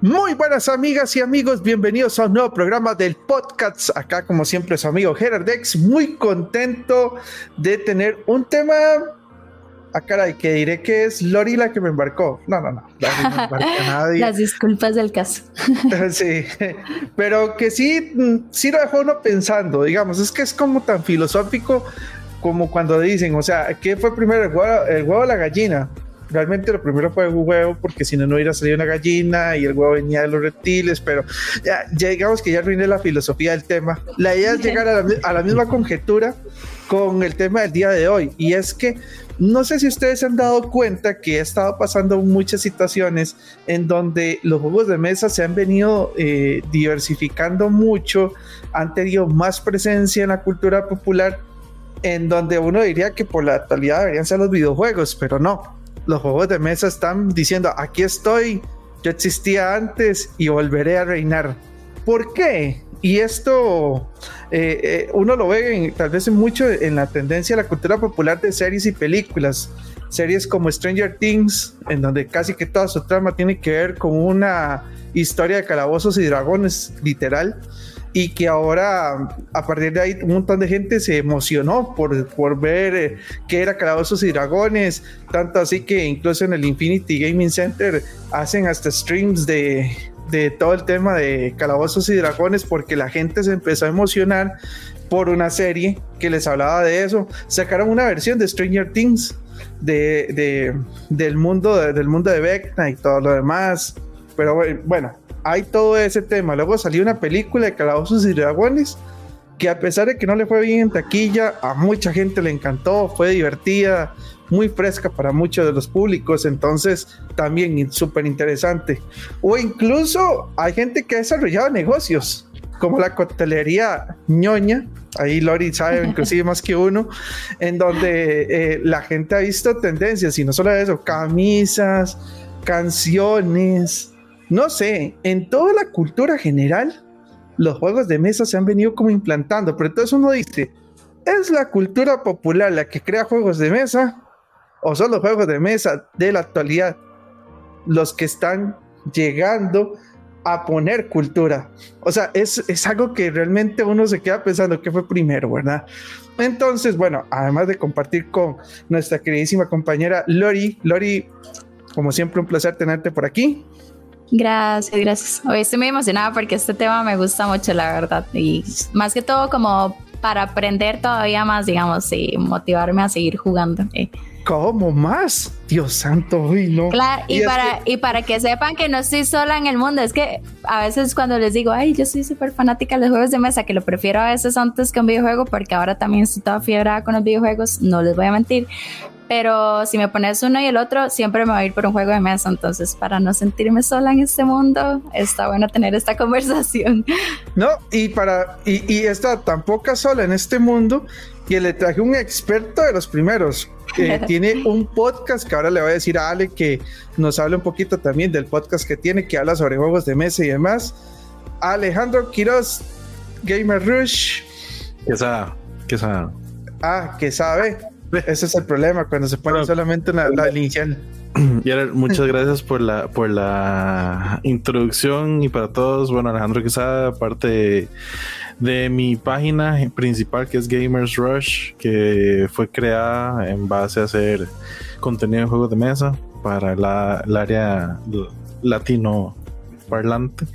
Muy buenas amigas y amigos, bienvenidos a un nuevo programa del podcast. Acá como siempre su amigo Gerardex, muy contento de tener un tema. Caray, que diré que es Lori la que me embarcó. No me embarcó nadie. Las disculpas del caso. Sí, pero que sí lo dejó uno pensando, digamos, es que es como tan filosófico como cuando dicen, o sea, ¿qué fue primero, el huevo o la gallina? Realmente lo primero fue un huevo, porque si no, no hubiera salido una gallina y el huevo venía de los reptiles, pero ya digamos que ya arruiné la filosofía del tema. La idea es llegar a la misma conjetura con el tema del día de hoy, y es que no sé si ustedes se han dado cuenta que ha estado pasando muchas situaciones en donde los juegos de mesa se han venido diversificando mucho, han tenido más presencia en la cultura popular, en donde uno diría que por la actualidad deberían ser los videojuegos, pero no. Los juegos de mesa están diciendo, aquí estoy, yo existía antes y volveré a reinar. ¿Por qué? Y esto uno lo ve tal vez mucho en la tendencia de la cultura popular de series y películas. Series como Stranger Things, en donde casi que toda su trama tiene que ver con una historia de calabozos y dragones, literal. Y que ahora, a partir de ahí, un montón de gente se emocionó por ver qué era Calabozos y Dragones, tanto así que incluso en el Infinity Gaming Center hacen hasta streams de todo el tema de Calabozos y Dragones, porque la gente se empezó a emocionar por una serie que les hablaba de eso. Sacaron una versión de Stranger Things del mundo de Vecna y todo lo demás, pero bueno, hay todo ese tema. Luego salió una película de Calabozos y Dragones que, a pesar de que no le fue bien en taquilla, a mucha gente le encantó, fue divertida, muy fresca para muchos de los públicos, entonces también súper interesante. O incluso hay gente que ha desarrollado negocios como la coctelería ñoña, ahí Lori sabe inclusive más que uno, en donde la gente ha visto tendencias, y no solo eso, camisas, canciones, no sé, en toda la cultura general los juegos de mesa se han venido como implantando. Pero entonces uno dice, ¿es la cultura popular la que crea juegos de mesa o son los juegos de mesa de la actualidad los que están llegando a poner cultura? O sea, es algo que realmente uno se queda pensando qué fue primero, ¿verdad? Entonces, bueno, además de compartir con nuestra queridísima compañera Lori, como siempre un placer tenerte por aquí. Gracias. Hoy estoy muy emocionada porque este tema me gusta mucho, la verdad, y más que todo como para aprender todavía más, digamos, y motivarme a seguir jugando. ¿Cómo más? Dios santo, uy, no. Claro, y para que sepan que no estoy sola en el mundo. Es que a veces cuando les digo, ay, yo soy súper fanática de los juegos de mesa, que lo prefiero a veces antes que un videojuego, porque ahora también estoy toda fiebrada con los videojuegos, no les voy a mentir. Pero si me pones uno y el otro, siempre me voy a ir por un juego de mesa. Entonces, para no sentirme sola en este mundo, está bueno tener esta conversación. No, y está tan poca sola en este mundo que le traje un experto de los primeros. Tiene un podcast que ahora le voy a decir a Ale que nos hable un poquito también del podcast que tiene, que habla sobre juegos de mesa y demás. Alejandro Quiroz, Gamer Rush. ¿Qué sabe? Que sabe. Ese es el problema cuando se pone solamente la inicial. Y ahora, muchas gracias por la introducción. Y para todos, bueno, Alejandro Quesada, parte de mi página principal, que es Gamers Rush, que fue creada en base a hacer contenido de juegos de mesa para el área latino parlante.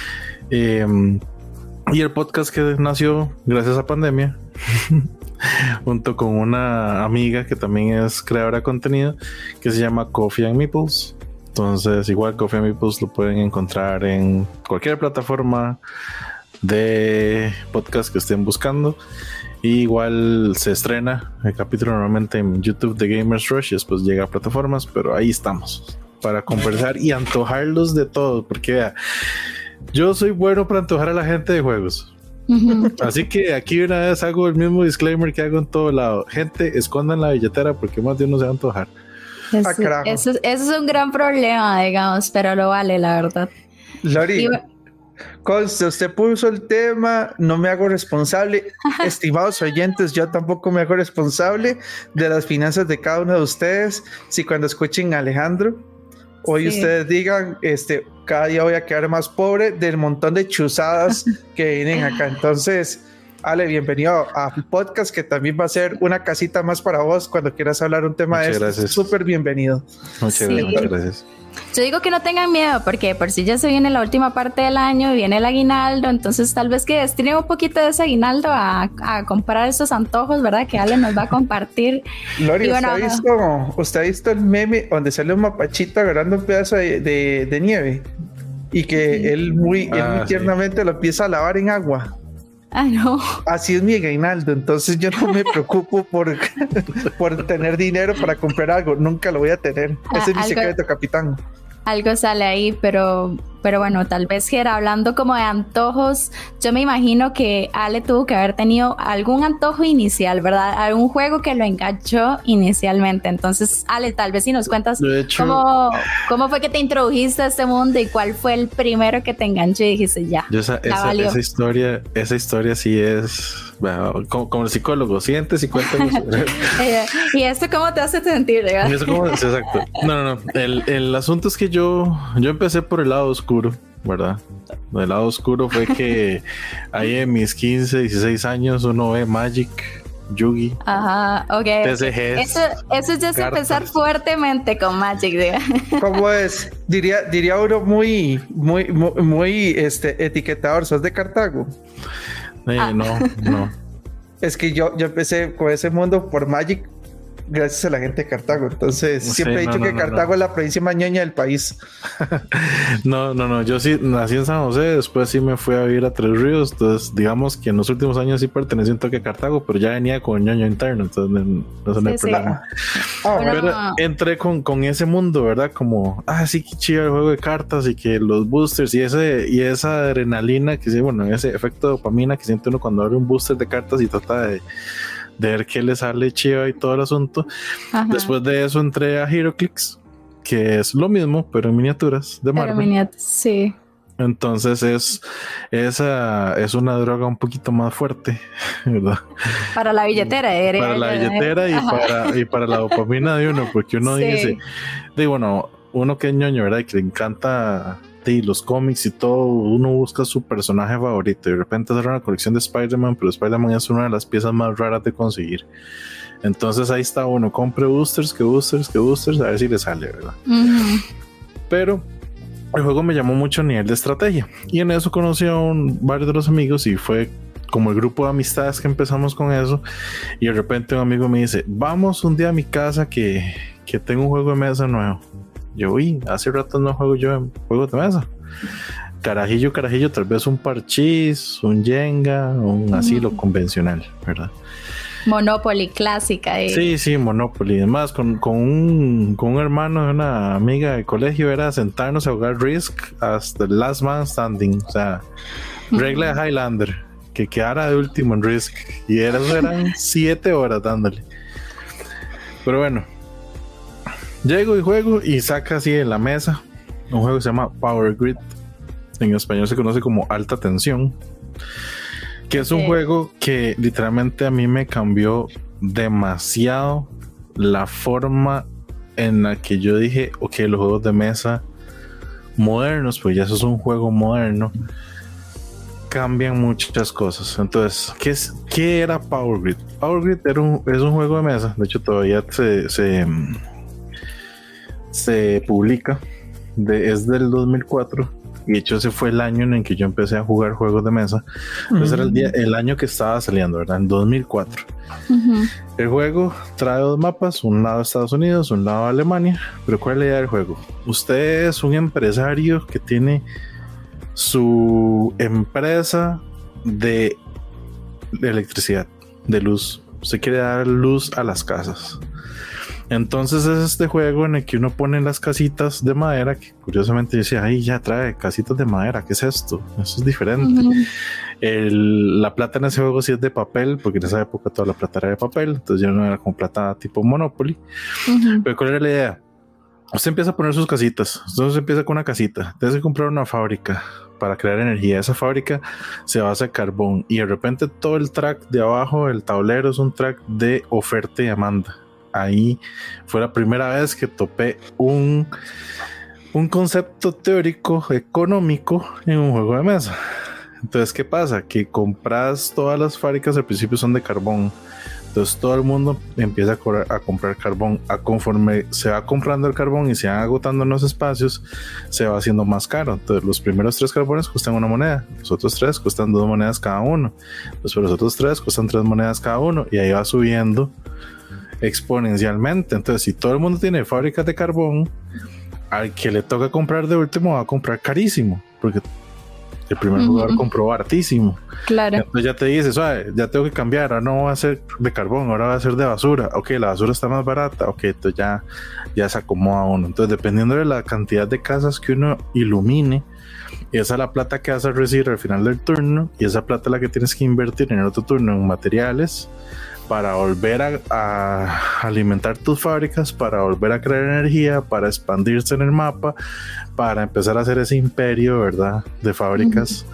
Y el podcast que nació gracias a pandemia junto con una amiga que también es creadora de contenido, que se llama Coffee and Meeples. Entonces, igual Coffee and Meeples lo pueden encontrar en cualquier plataforma de podcast que estén buscando. Y igual se estrena el capítulo normalmente en YouTube de Gamers Rush y después llega a plataformas, pero ahí estamos para conversar y antojarlos de todo, porque vea, yo soy bueno para antojar a la gente de juegos. Así que aquí una vez hago el mismo disclaimer que hago en todo lado: gente, escondan la billetera porque más de uno se va a antojar. Eso es un gran problema, digamos, pero lo vale, la verdad. Lori, conste, usted puso el tema, no me hago responsable. Estimados oyentes, yo tampoco me hago responsable de las finanzas de cada uno de ustedes. Si cuando escuchen a Alejandro hoy ustedes digan, cada día voy a quedar más pobre del montón de chuzadas que vienen acá. Entonces, Ale, bienvenido al podcast, que también va a ser una casita más para vos cuando quieras hablar un tema Muchas de gracias. esto. Súper bienvenido. Muchas gracias. Yo digo que no tengan miedo, porque por si ya se viene la última parte del año, viene el aguinaldo, entonces tal vez que destinen un poquito de ese aguinaldo a comprar esos antojos, ¿verdad? Que Ale nos va a compartir. Lori, bueno, ¿usted ha visto el meme donde sale un mapachito agarrando un pedazo de nieve y que él muy tiernamente lo empieza a lavar en agua? Ah, no. Así es mi aguinaldo, entonces yo no me preocupo por tener dinero para comprar algo, nunca lo voy a tener. Ese es mi secreto, capitán. Algo sale ahí, pero bueno, tal vez que era hablando como de antojos, yo me imagino que Ale tuvo que haber tenido algún antojo inicial, ¿verdad? Algún juego que lo enganchó inicialmente. Entonces, Ale, tal vez si nos cuentas cómo fue que te introdujiste a este mundo y cuál fue el primero que te enganchó y dijiste ya. Esa historia sí es como el psicólogo, sientes y cuentas. ¿Y esto cómo te hace sentir? Exacto. No. El asunto es que yo empecé por el lado oscuro, ¿verdad? El lado oscuro fue que ahí en mis 15, 16 años uno ve Magic, Yu-Gi, TCGs. Eso ya es empezar fuertemente con Magic, diga. ¿Cómo es? Diría uno muy etiquetador. ¿Sos de Cartago? No. Es que yo empecé con ese mundo por Magic gracias a la gente de Cartago. Entonces siempre he dicho que Cartago es la provincia más ñoña del país. No. Yo sí nací en San José, después sí me fui a vivir a Tres Ríos. Entonces digamos que en los últimos años sí pertenecí un toque a Cartago, pero ya venía con ñoño interno, entonces no hay problema. Pero entré con ese mundo, ¿verdad? Como, sí, qué chido el juego de cartas y que los boosters y esa adrenalina que sí, bueno, ese efecto de dopamina que siente uno cuando abre un booster de cartas y trata de ver qué le sale chido y todo el asunto. Ajá. Después de eso entré a HeroClix, que es lo mismo, pero en miniaturas de Marvel. Sí. Entonces es una droga un poquito más fuerte, ¿verdad? Para la billetera. Para la billetera y para la dopamina de uno, porque uno dice, bueno, uno que es ñoño, ¿verdad? Y que le encanta los cómics y todo, uno busca su personaje favorito y de repente hacer una colección de Spider-Man, pero Spider-Man es una de las piezas más raras de conseguir. Entonces ahí está uno, compre boosters, a ver si le sale, ¿verdad? Uh-huh. Pero el juego me llamó mucho a nivel de estrategia y en eso conocí a varios de los amigos y fue como el grupo de amistades que empezamos con eso. Y de repente un amigo me dice, vamos un día a mi casa que tengo un juego de mesa nuevo. Yo, hace rato no juego yo en juegos de mesa. Carajillo, tal vez un parchís, un Jenga, un asilo convencional, ¿verdad? Monopoly clásica. Sí, Monopoly. Además, con un hermano de una amiga de colegio era sentarnos a jugar Risk hasta el Last Man Standing. O sea, regla de Highlander, que quedara de último en Risk. Y eran 7 horas dándole. Pero bueno, llego y juego y saca así en la mesa un juego que se llama Power Grid. En español se conoce como Alta Tensión. Que es un juego que literalmente a mí me cambió demasiado la forma en la que yo dije, ok, los juegos de mesa modernos, pues ya eso es un juego moderno, cambian muchas cosas. Entonces, ¿qué era Power Grid? Power Grid es un juego de mesa, de hecho todavía se publica, es del 2004. Y de hecho ese fue el año en el que yo empecé a jugar juegos de mesa. Entonces era el año que estaba saliendo, ¿verdad? En 2004. El juego trae 2 mapas, un lado Estados Unidos, un lado Alemania. Pero ¿cuál es la idea del juego? Usted es un empresario que tiene su empresa de electricidad, de luz. Usted quiere dar luz a las casas. Entonces es este juego en el que uno pone las casitas de madera, que curiosamente yo decía, ya trae casitas de madera, ¿qué es esto? Eso es diferente. La plata en ese juego sí es de papel, porque en esa época toda la plata era de papel, entonces ya no era como plata tipo Monopoly. Pero ¿cuál era la idea? Usted empieza a poner sus casitas, entonces empieza con una casita, tienes que comprar una fábrica para crear energía. Esa fábrica se basa en carbón y de repente todo el track de abajo del tablero es un track de oferta y demanda. Ahí fue la primera vez que topé un un concepto teórico económico en un juego de mesa. Entonces, ¿qué pasa? Que compras todas las fábricas al principio son de carbón. Entonces todo el mundo empieza a comprar carbón. Conforme se va comprando el carbón y se van agotando en los espacios, se va haciendo más caro. Entonces los primeros 3 carbones cuestan 1 moneda, los otros 3 cuestan 2 monedas cada uno, los otros 3 cuestan 3 monedas cada uno, y ahí va subiendo exponencialmente. Entonces, si todo el mundo tiene fábricas de carbón, al que le toca comprar de último va a comprar carísimo, porque el primer jugador compró hartísimo. Claro. Entonces ya te dices, ya tengo que cambiar, ahora no va a ser de carbón, ahora va a ser de basura. Ok, la basura está más barata. Ok, entonces ya se acomoda uno. Entonces, dependiendo de la cantidad de casas que uno ilumine, esa es la plata que vas a recibir al final del turno, y esa plata es la que tienes que invertir en el otro turno en materiales para volver a alimentar tus fábricas, para volver a crear energía, para expandirse en el mapa, para empezar a hacer ese imperio, ¿verdad?, de fábricas,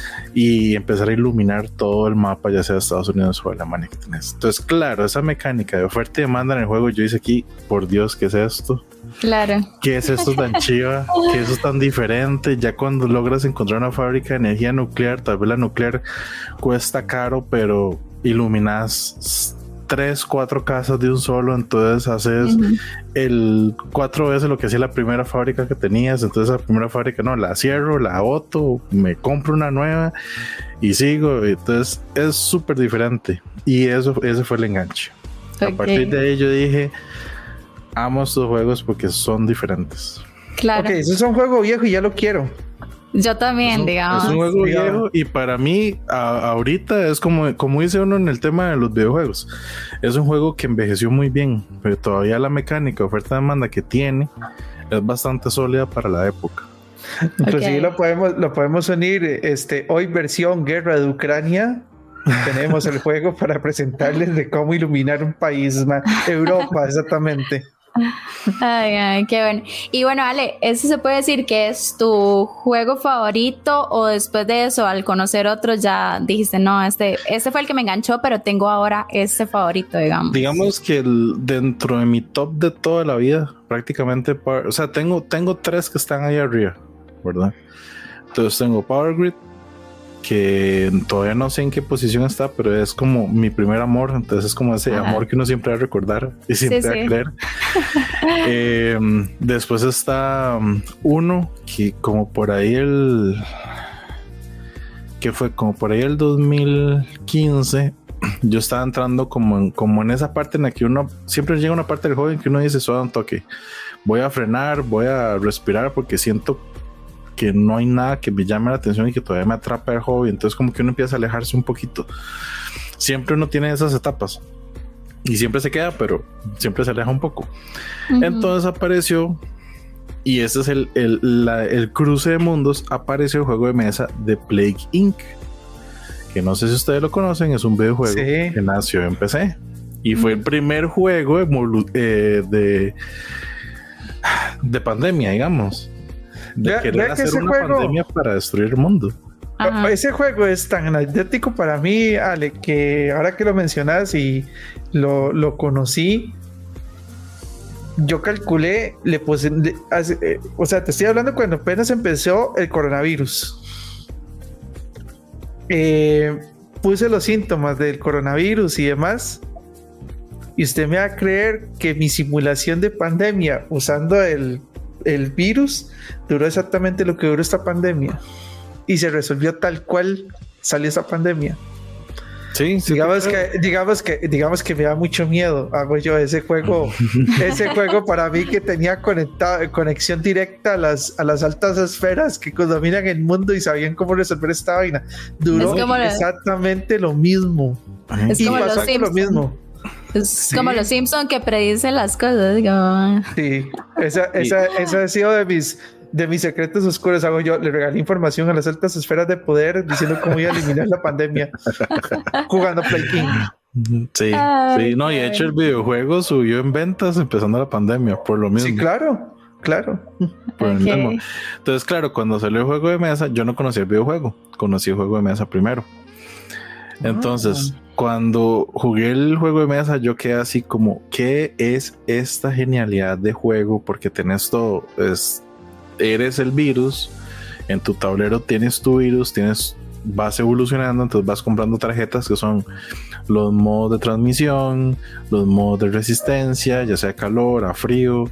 y empezar a iluminar todo el mapa, ya sea de Estados Unidos o Alemania que tenés. Entonces, claro, esa mecánica de oferta y demanda en el juego, yo hice aquí, por Dios, ¿qué es esto? Claro. ¿Qué es esto tan chiva? ¿Qué es eso tan diferente? Ya cuando logras encontrar una fábrica de energía nuclear, tal vez la nuclear cuesta caro, pero iluminas 3-4 casas de un solo, entonces haces el 4 veces lo que hacía la primera fábrica que tenías. Entonces la primera fábrica no, la cierro, la boto, me compro una nueva y sigo. Entonces es súper diferente, y ese fue el enganche. A partir de ahí yo dije, amo estos juegos porque son diferentes. Claro. Ok, ese es un juego viejo y ya lo quiero. Yo también, digamos. Es un juego viejo, y para mí ahorita es como dice uno en el tema de los videojuegos, es un juego que envejeció muy bien, pero todavía la mecánica, oferta demanda que tiene es bastante sólida para la época. Inclusive lo podemos unir, hoy versión guerra de Ucrania. Tenemos el juego para presentarles de cómo iluminar un país, Europa, exactamente. Ay, qué bueno. Y bueno, Ale, ¿eso se puede decir que es tu juego favorito, o después de eso, al conocer otros, ya dijiste, no, este fue el que me enganchó, pero tengo ahora este favorito, digamos? Digamos que dentro de mi top de toda la vida, prácticamente, o sea, tengo 3 que están ahí arriba, ¿verdad? Entonces tengo Power Grid, que todavía no sé en qué posición está, pero es como mi primer amor. Entonces es como ese amor que uno siempre va a recordar y siempre va a querer. Después está uno que como por ahí el 2015, yo estaba entrando como en esa parte en la que uno siempre llega una parte del juego en que uno dice, suave un toque, voy a frenar, voy a respirar, porque siento que no hay nada que me llame la atención y que todavía me atrapa el hobby. Entonces como que uno empieza a alejarse un poquito. Siempre uno tiene esas etapas y siempre se queda, pero siempre se aleja un poco. Entonces apareció, y ese es el cruce de mundos, apareció el juego de mesa de Plague Inc., que no sé si ustedes lo conocen, es un videojuego que nació en PC y fue el primer juego de pandemia, digamos. De querer hacer una pandemia para destruir el mundo. Ajá. Ese juego es tan anecdótico para mí, Ale, que ahora que lo mencionas y lo conocí, yo calculé, o sea, te estoy hablando cuando apenas empezó el coronavirus. Puse los síntomas del coronavirus y demás, y usted me va a creer que mi simulación de pandemia usando el virus duró exactamente lo que duró esta pandemia, y se resolvió tal cual salió esta pandemia. Sí, digamos que me da mucho miedo. Hago yo ese juego para mí, que tenía conexión directa a las altas esferas que dominan el mundo y sabían cómo resolver esta vaina. Duró exactamente lo mismo. Es como los Simpsons. Es como los Simpsons, que predicen las cosas. Sí, esa ha sido de mis secretos oscuros. Hago yo, le regalé información a las altas esferas de poder diciendo cómo iba a eliminar la pandemia jugando Play King. Sí, no, y de hecho el videojuego subió en ventas empezando la pandemia, por lo mismo. Sí, claro. Por el mismo. Entonces, claro, cuando salió el juego de mesa, yo no conocía el videojuego, conocí el juego de mesa primero. Entonces, cuando jugué el juego de mesa, yo quedé así como, ¿qué es esta genialidad de juego? Porque tenés todo, eres el virus, en tu tablero tienes tu virus, vas evolucionando, entonces vas comprando tarjetas que son los modos de transmisión, los modos de resistencia, ya sea calor, a frío,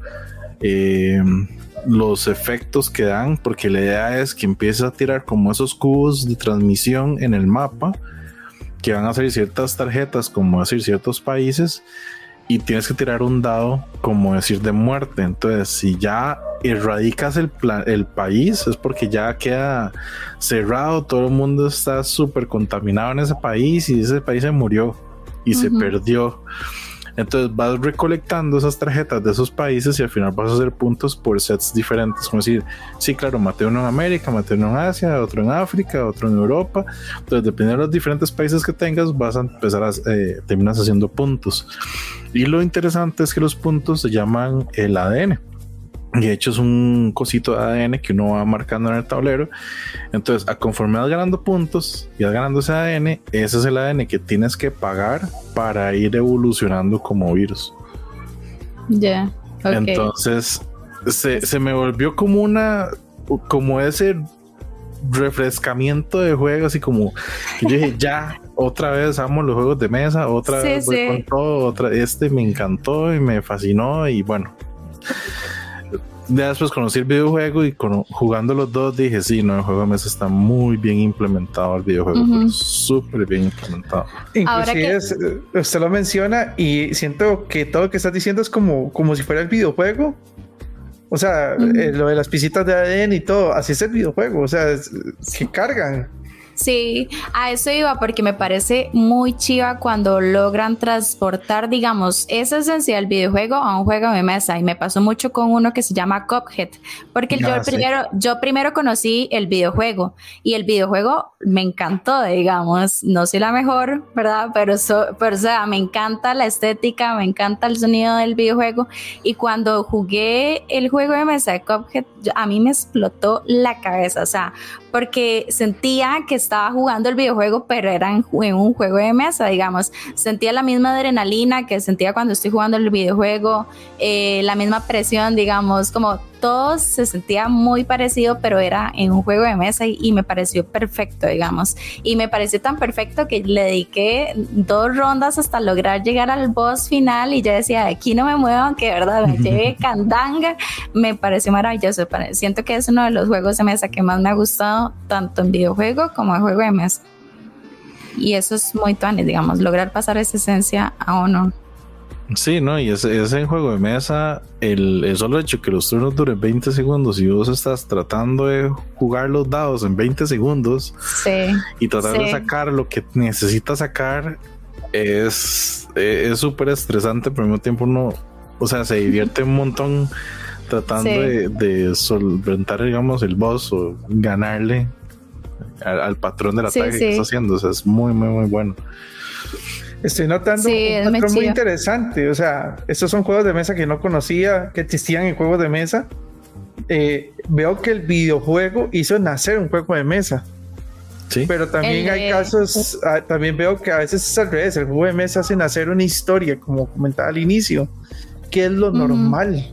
los efectos que dan, porque la idea es que empieces a tirar como esos cubos de transmisión en el mapa, que van a salir ciertas tarjetas, como decir ciertos países, y tienes que tirar un dado, como decir, de muerte. Entonces, si ya erradicas el país, es porque ya queda cerrado, todo el mundo está súper contaminado en ese país, y ese país se murió y se perdió. Entonces vas recolectando esas tarjetas de esos países y al final vas a hacer puntos por sets diferentes, como decir, sí, claro, maté uno en América, maté uno en Asia, otro en África, otro en Europa. Entonces, dependiendo de los diferentes países que tengas, vas a empezar a terminas haciendo puntos. Y lo interesante es que los puntos se llaman el ADN. Y de hecho es un cosito de ADN que uno va marcando en el tablero. Entonces, conforme vas ganando puntos y vas ganando ese ADN, ese es el ADN que tienes que pagar para ir evolucionando como virus. Ya, okay. Entonces, se me volvió como ese refrescamiento de juegos, así como que yo dije, ya, otra vez amo los juegos de mesa, otra vez voy con todo, me encantó y me fascinó, y bueno. Ya después conocí el videojuego y jugando los dos dije, sí, no, el juego de mesa está muy bien implementado, el videojuego, pero súper bien implementado. Inclusive usted lo menciona y siento que todo lo que estás diciendo es como si fuera el videojuego. O sea, lo de las pisitas de ADN y todo, así es el videojuego, o sea, que cargan. Sí, a eso iba, porque me parece muy chiva cuando logran transportar, digamos, esa esencia del videojuego a un juego de mesa. Y me pasó mucho con uno que se llama Cuphead, porque yo primero conocí el videojuego, y el videojuego me encantó, digamos, no soy la mejor, ¿verdad? Pero o sea, me encanta la estética, me encanta el sonido del videojuego, y cuando jugué el juego de mesa de Cuphead, a mí me explotó la cabeza, o sea, porque sentía que estaba jugando el videojuego, pero era en un juego de mesa, digamos. Sentía la misma adrenalina que sentía cuando estoy jugando el videojuego, la misma presión, digamos, como todo se sentía muy parecido, pero era en un juego de mesa, y me pareció perfecto, digamos. Y me pareció tan perfecto que le dediqué 2 rondas hasta lograr llegar al boss final, y yo decía, de aquí no me muevo, que de verdad me lleve candanga. Me pareció maravilloso. Siento que es uno de los juegos de mesa que más me ha gustado, tanto en videojuego como en juego de mesa. Y eso es muy tuanis, digamos, lograr pasar esa esencia a uno. Sí, no, y ese juego de mesa, el solo hecho que los turnos duren 20 segundos y vos estás tratando de jugar los dados en 20 segundos y tratar de sacar lo que necesitas sacar, es súper estresante, pero al mismo tiempo uno, o sea, se divierte un montón tratando de solventar, digamos, el boss o ganarle al patrón del ataque que está haciendo. O sea, es muy, muy, muy bueno. Estoy notando un patrón muy interesante. O sea, estos son juegos de mesa que no conocía que existían en juegos de mesa. Veo que el videojuego hizo nacer un juego de mesa. Sí. Pero también hay casos, también veo que a veces es al revés. El juego de mesa hace nacer una historia, como comentaba al inicio, que es lo normal.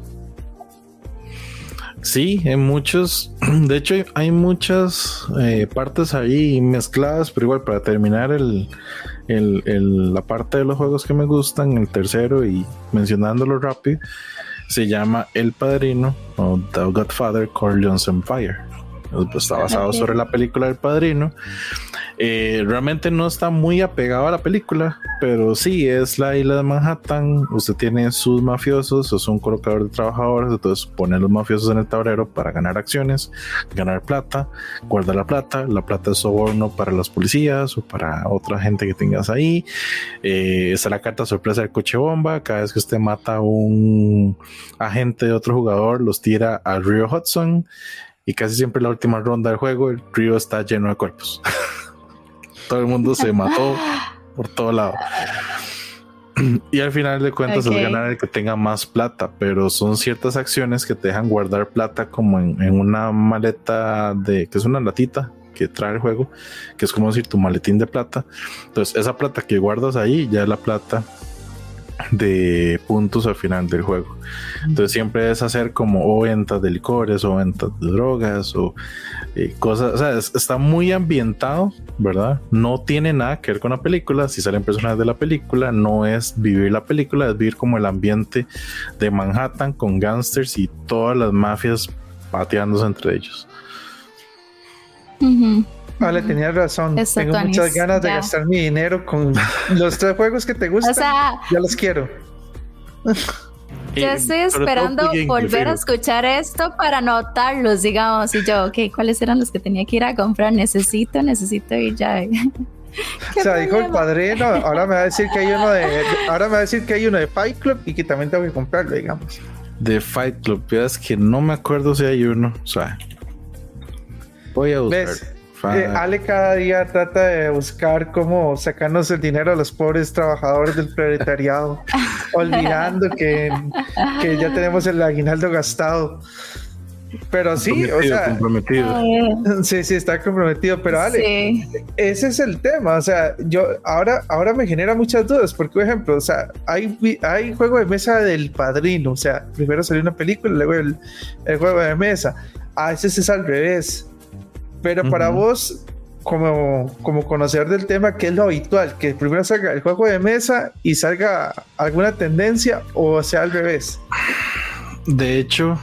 Sí, en muchos, de hecho hay muchas partes ahí mezcladas, pero igual para terminar la parte de los juegos que me gustan, el tercero, y mencionándolo rápido, se llama El Padrino o The Godfather Corleone's Empire. Está basado sobre la película del Padrino. Realmente no está muy apegado a la película, pero sí es la isla de Manhattan. Usted tiene sus mafiosos, es un colocador de trabajadores, entonces pone a los mafiosos en el tablero para ganar acciones, ganar plata, guarda la plata es soborno para los policías o para otra gente que tengas ahí. Está la carta sorpresa del coche bomba. Cada vez que usted mata a un agente de otro jugador, los tira al río Hudson, y casi siempre en la última ronda del juego el río está lleno de cuerpos. Todo el mundo se mató por todo lado. Y al final de cuentas es ganar el que tenga más plata, pero son ciertas acciones que te dejan guardar plata como en una maleta que es una latita que trae el juego, que es como decir tu maletín de plata. Entonces esa plata que guardas ahí ya es la plata de puntos al final del juego. Entonces siempre es hacer como o ventas de licores o ventas de drogas o cosas, o sea, está muy ambientado, ¿verdad? No tiene nada que ver con la película. Si salen personajes de la película, no es vivir la película, es vivir como el ambiente de Manhattan con gangsters y todas las mafias pateándose entre ellos. Vale, tenías razón. Tengo muchas ganas de gastar mi dinero con los 3 juegos que te gustan. O sea, ya los quiero. Yo estoy esperando volver a escuchar esto para anotarlos, digamos. Y yo, ok, ¿cuáles eran los que tenía que ir a comprar? Necesito y ya. O sea, dijo el padrino, ahora me va a decir que hay uno de Fight Club y que también tengo que comprarlo, digamos. De Fight Club, es que no me acuerdo si hay uno. O sea, voy a buscar. ¿Ves? Ale cada día trata de buscar cómo sacarnos el dinero a los pobres trabajadores del proletariado, olvidando que ya tenemos el aguinaldo gastado. Pero sí, o sea, comprometido. Sí, está comprometido, pero Ale, ese es el tema. O sea, yo ahora me genera muchas dudas, porque por ejemplo, o sea, hay juego de mesa del Padrino, o sea, primero salió una película, luego el juego de mesa. A veces es al revés. Pero para vos, como conocedor del tema, ¿qué es lo habitual? ¿Que primero salga el juego de mesa y salga alguna tendencia o sea al revés? De hecho,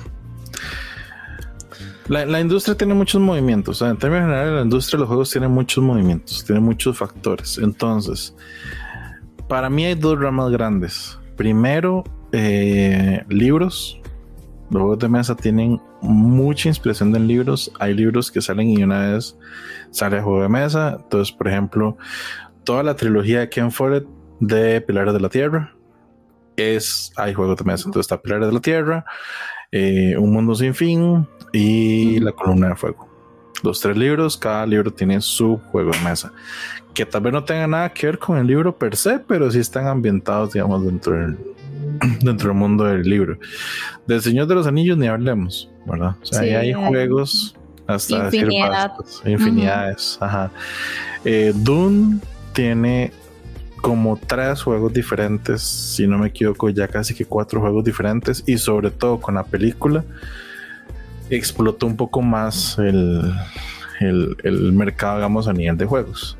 la industria tiene muchos movimientos. O sea, en términos generales, la industria de los juegos tiene muchos movimientos, tiene muchos factores. Entonces, para mí hay 2 ramas grandes. Primero, libros. Los juegos de mesa tienen mucha inspiración en libros. Hay libros que salen y una vez sale el juego de mesa. Entonces, por ejemplo, toda la trilogía de Ken Follett de Pilares de la Tierra hay juegos de mesa. Entonces está Pilares de la Tierra, Un Mundo Sin Fin y La Columna de Fuego. Los 3 libros, cada libro tiene su juego de mesa, que tal vez no tenga nada que ver con el libro per se, pero sí están ambientados, digamos, dentro del mundo del libro. Del Señor de los Anillos ni hablemos, ¿verdad? O sea, sí, hay juegos hasta infinidades. Ajá. Dune tiene como 3 juegos diferentes, si no me equivoco, ya casi que 4 juegos diferentes, y sobre todo con la película explotó un poco más el mercado, digamos, a nivel de juegos.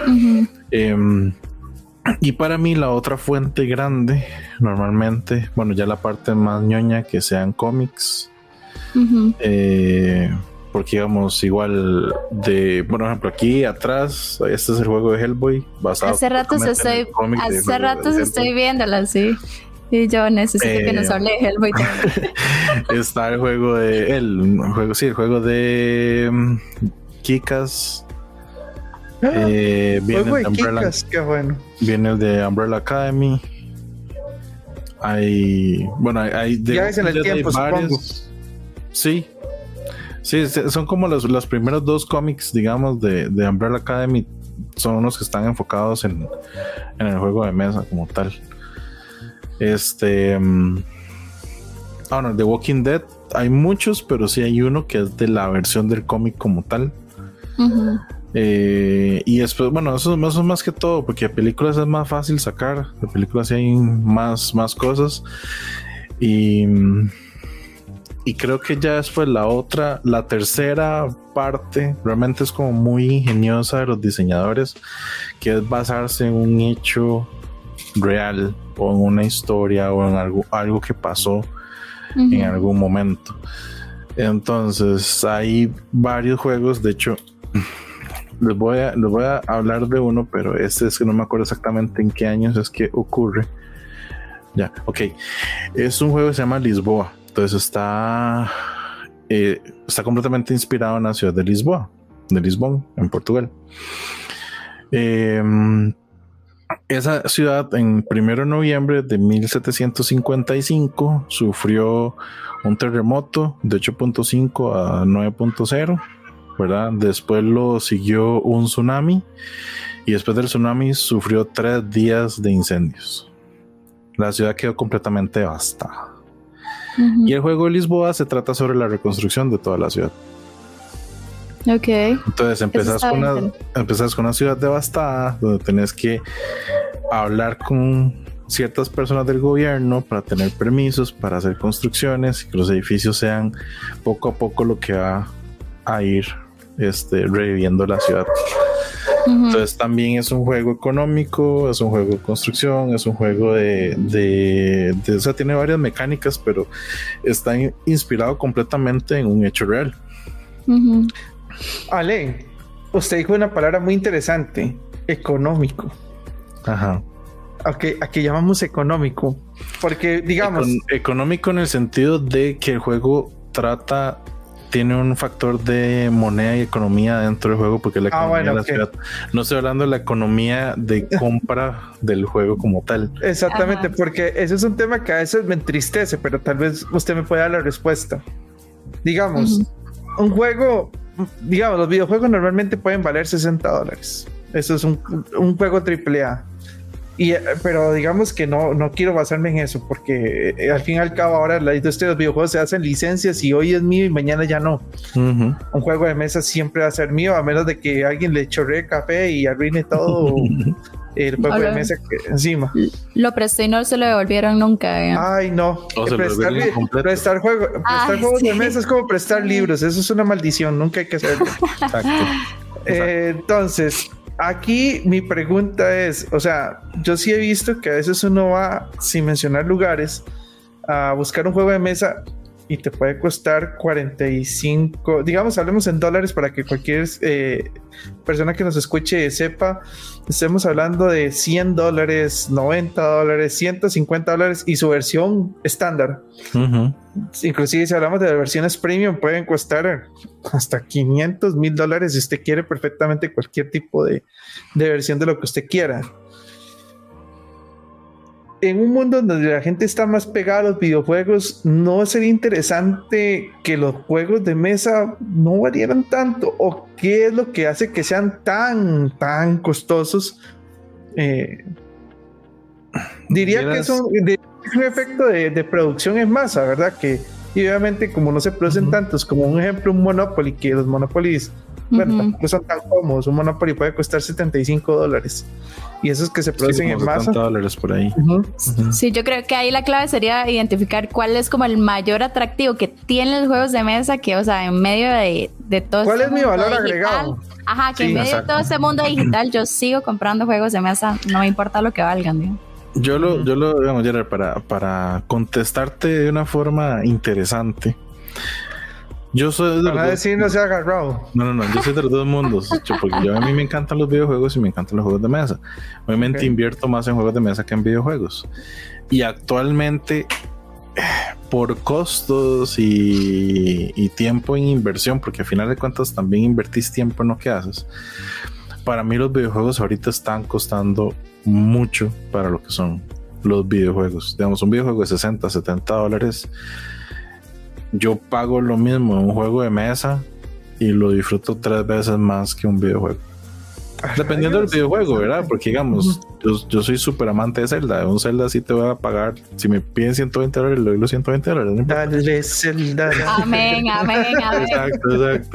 Y para mí la otra fuente grande, normalmente, bueno, ya la parte más ñoña, que sean cómics, porque digamos, igual por ejemplo, aquí atrás, este es el juego de Hellboy, basado hace ratos estoy viéndola, sí. Y yo necesito que nos hable de Hellboy también. Está el juego el juego de Kick-Ass. Viene el de Umbrella, qué bueno. Viene el de Umbrella Academy. Hay ya en el tiempo, supongo. Sí, son como los primeros 2 cómics, digamos, de Umbrella Academy. Son unos que están enfocados en el juego de mesa como tal. The Walking Dead hay muchos, pero sí hay uno que es de la versión del cómic como tal. Y después, bueno, eso es más que todo, porque de películas es más fácil sacar. De películas sí hay más cosas. Y creo que ya después la tercera parte realmente es como muy ingeniosa de los diseñadores, que es basarse en un hecho real o en una historia o en algo que pasó en algún momento. Entonces hay varios juegos, de hecho les voy a hablar de uno, pero este es que no me acuerdo exactamente en qué años es que ocurre. Ya, ok. Es un juego que se llama Lisboa. Entonces está completamente inspirado en la ciudad de Lisboa, de Lisbon, en Portugal. Esa ciudad en 1 de noviembre de 1755 sufrió un terremoto de 8.5 a 9.0, ¿verdad? Después lo siguió un tsunami y después del tsunami sufrió 3 días de incendios. La ciudad quedó completamente devastada. Y el juego de Lisboa se trata sobre la reconstrucción de toda la ciudad. Ok. Entonces empezás con una ciudad devastada donde tenés que hablar con ciertas personas del gobierno para tener permisos para hacer construcciones y que los edificios sean poco a poco lo que va a ir reviviendo la ciudad. Entonces también es un juego económico, es un juego de construcción, es un juego o sea, tiene varias mecánicas, pero está inspirado completamente en un hecho real. Ale, usted dijo una palabra muy interesante, económico. Ajá. Aquí llamamos económico, porque digamos... económico en el sentido de que el juego tiene un factor de moneda y economía dentro del juego, porque la economía de la ciudad, no estoy hablando de la economía de compra del juego como tal. Exactamente, porque ese es un tema que a veces me entristece, pero tal vez usted me pueda dar la respuesta. Digamos, un juego, digamos, los videojuegos normalmente pueden valer $60. Eso es un juego AAA. Pero digamos que no quiero basarme en eso, porque al fin y al cabo ahora la industria de los videojuegos se hacen licencias y hoy es mío y mañana ya no. Un juego de mesa siempre va a ser mío, a menos de que alguien le chorree café y arruine todo el juego de mesa encima. Lo prestó y no se lo devolvieron nunca. Ay, no. Prestar juegos de mesa es como prestar libros. Eso es una maldición. Nunca hay que hacerlo. Exacto. Entonces, aquí mi pregunta es, o sea, yo sí he visto que a veces uno va, sin mencionar lugares, a buscar un juego de mesa y te puede costar 45, digamos, hablemos en dólares para que cualquier persona que nos escuche sepa. Estamos hablando de $100, $90, $150 y su versión estándar. Inclusive si hablamos de versiones premium pueden costar hasta $500, $1,000 si usted quiere perfectamente cualquier tipo de versión de lo que usted quiera. En un mundo donde la gente está más pegada a los videojuegos, ¿no sería interesante que los juegos de mesa no valieran tanto? ¿O qué es lo que hace que sean tan costosos? Diría que es un efecto de producción en masa, ¿verdad? Y obviamente como no se producen tantos, como un ejemplo, un Monopoly, que los Monopolies, bueno, tampoco son tan cómodos. Un Monopoly puede costar $75 y esos que se producen en masa, $70 por ahí. Sí, yo creo que ahí la clave sería identificar cuál es como el mayor atractivo que tienen los juegos de mesa, que, o sea, en medio de todo ¿cuál es mi valor agregado? Ajá, que en medio de todo este mundo digital yo sigo comprando juegos de mesa, no me importa lo que valgan, ¿no? Yo lo digamos, Gerard, para contestarte de una forma interesante. Yo soy de no se ha agarrado. No, yo soy de los dos mundos, porque a mí me encantan los videojuegos y me encantan los juegos de mesa. Obviamente invierto más en juegos de mesa que en videojuegos. Y actualmente, por costos y tiempo en inversión, porque al final de cuentas también invertís tiempo en lo que haces, para mí los videojuegos ahorita están costando mucho para lo que son los videojuegos. Digamos, un videojuego de $60, $70, yo pago lo mismo en un juego de mesa y lo disfruto 3 veces más que un videojuego. Dependiendo del videojuego, ¿verdad? Porque digamos, yo soy súper amante de Zelda. Un Zelda sí te voy a pagar. Si me piden $120, le doy los $120. ¿No? Dale, Zelda. Amén. Exacto.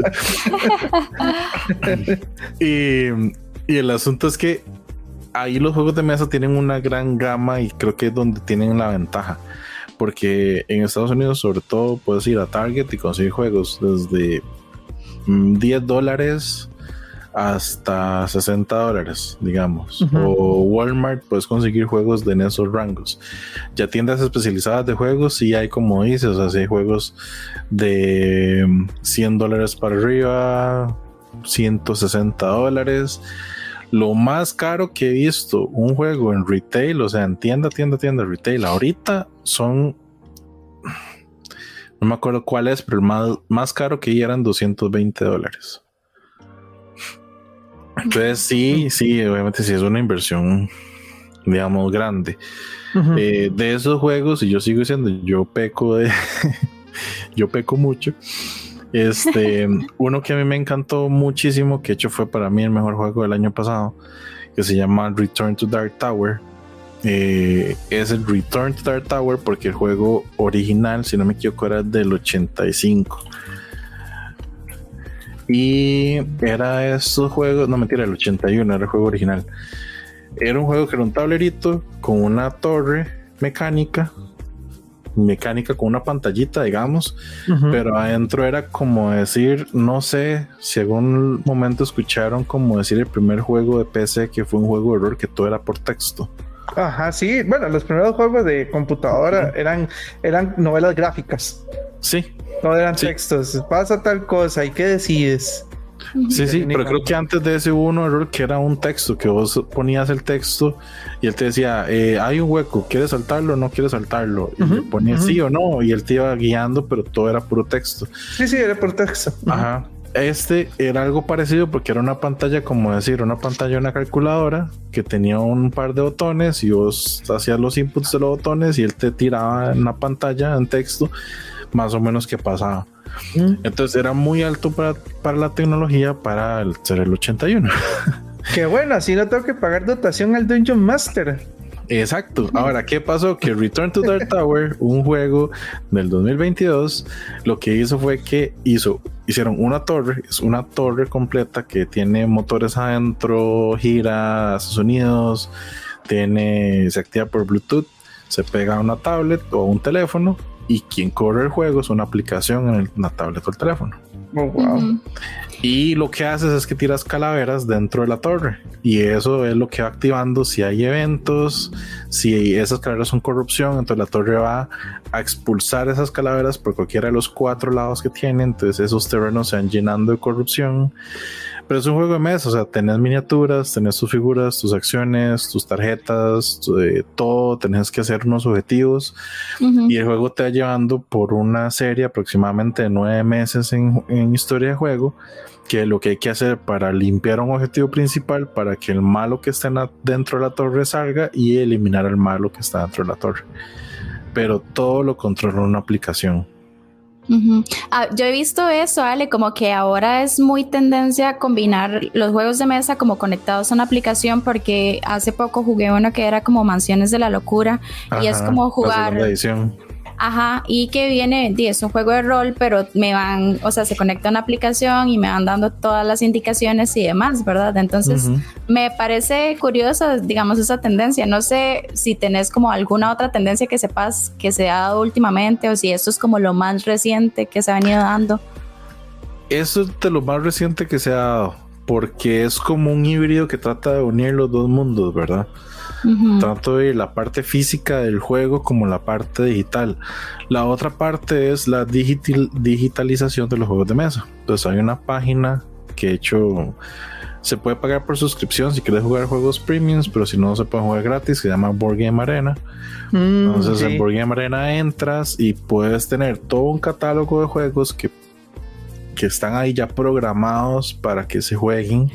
Y el asunto es que ahí los juegos de mesa tienen una gran gama y creo que es donde tienen la ventaja. Porque en Estados Unidos, sobre todo, puedes ir a Target y conseguir juegos desde $10 hasta $60, digamos. O Walmart, puedes conseguir juegos en esos rangos. Ya tiendas especializadas de juegos, sí hay, como dices, o sea, sí hay juegos de $100 para arriba, $160. Lo más caro que he visto un juego en retail, o sea, en tienda retail, ahorita son, no me acuerdo cuál es, pero el más caro que eran $220. Entonces sí, obviamente sí es una inversión, digamos, grande. De esos juegos, y yo sigo diciendo, yo peco mucho. Uno que a mí me encantó muchísimo, que de hecho fue para mí el mejor juego del año pasado, que se llama Return to Dark Tower. Es el Return to Dark Tower porque el juego original, si no me equivoco, era del 85. Y era esos juegos, no mentira, el 81 era el juego original. Era un juego que era un tablerito con una torre mecánica con una pantallita, digamos, pero adentro era como decir, no sé si algún momento escucharon como decir el primer juego de PC que fue un juego de horror que todo era por texto. Ajá, sí, bueno, los primeros juegos de computadora eran novelas gráficas. Sí. No eran textos, pasa tal cosa, ¿y qué decides? Sí, pero creo que antes de ese hubo un error que era un texto, que vos ponías el texto y él te decía, hay un hueco, ¿quieres saltarlo o no quieres saltarlo? Y le ponías sí o no, y él te iba guiando, pero todo era puro texto. Sí, era puro texto. Ajá. Este era algo parecido porque era una pantalla, como decir, una pantalla de una calculadora que tenía un par de botones y vos hacías los inputs de los botones y él te tiraba en una pantalla en texto más o menos qué pasaba. Entonces era muy alto para la tecnología para ser el 81. Qué bueno, así no tengo que pagar dotación al Dungeon Master. Exacto. Ahora, ¿qué pasó? Que Return to Dark Tower, un juego del 2022, lo que hizo fue que hicieron una torre, es una torre completa que tiene motores adentro, gira, hace sonidos, se activa por Bluetooth, se pega a una tablet o a un teléfono y quien corre el juego es una aplicación en una tablet o el teléfono. Oh, wow. Y lo que haces es que tiras calaveras dentro de la torre y eso es lo que va activando si hay eventos, si esas calaveras son corrupción, entonces la torre va a expulsar esas calaveras por cualquiera de los 4 lados que tiene, entonces esos terrenos se van llenando de corrupción. Pero es un juego de mesa, o sea, tenés miniaturas, tenés tus figuras, tus acciones, tus tarjetas, todo, tenés que hacer unos objetivos y el juego te va llevando por una serie aproximadamente de 9 meses en historia de juego, que lo que hay que hacer para limpiar un objetivo principal para que el malo que esté dentro de la torre salga y eliminar al malo que está dentro de la torre. Pero todo lo controla una aplicación. Yo he visto eso, Ale, como que ahora es muy tendencia a combinar los juegos de mesa como conectados a una aplicación, porque hace poco jugué uno que era como Mansiones de la Locura. Ajá, y es como jugar y que viene, es un juego de rol, pero se conecta a una aplicación y me van dando todas las indicaciones y demás, ¿verdad? Entonces me parece curiosa, digamos, esa tendencia. No sé si tenés como alguna otra tendencia que sepas que se ha dado últimamente, o si esto es como lo más reciente que se ha venido dando. Eso es de lo más reciente que se ha dado, porque es como un híbrido que trata de unir los dos mundos, ¿verdad? Tanto de la parte física del juego como la parte digital. La otra parte es la digitalización de los juegos de mesa. Entonces hay una página que de hecho se puede pagar por suscripción si quieres jugar juegos premiums, pero si no se puede jugar gratis, que se llama Board Game Arena. Entonces en Board Game Arena entras y puedes tener todo un catálogo de juegos que están ahí ya programados para que se jueguen,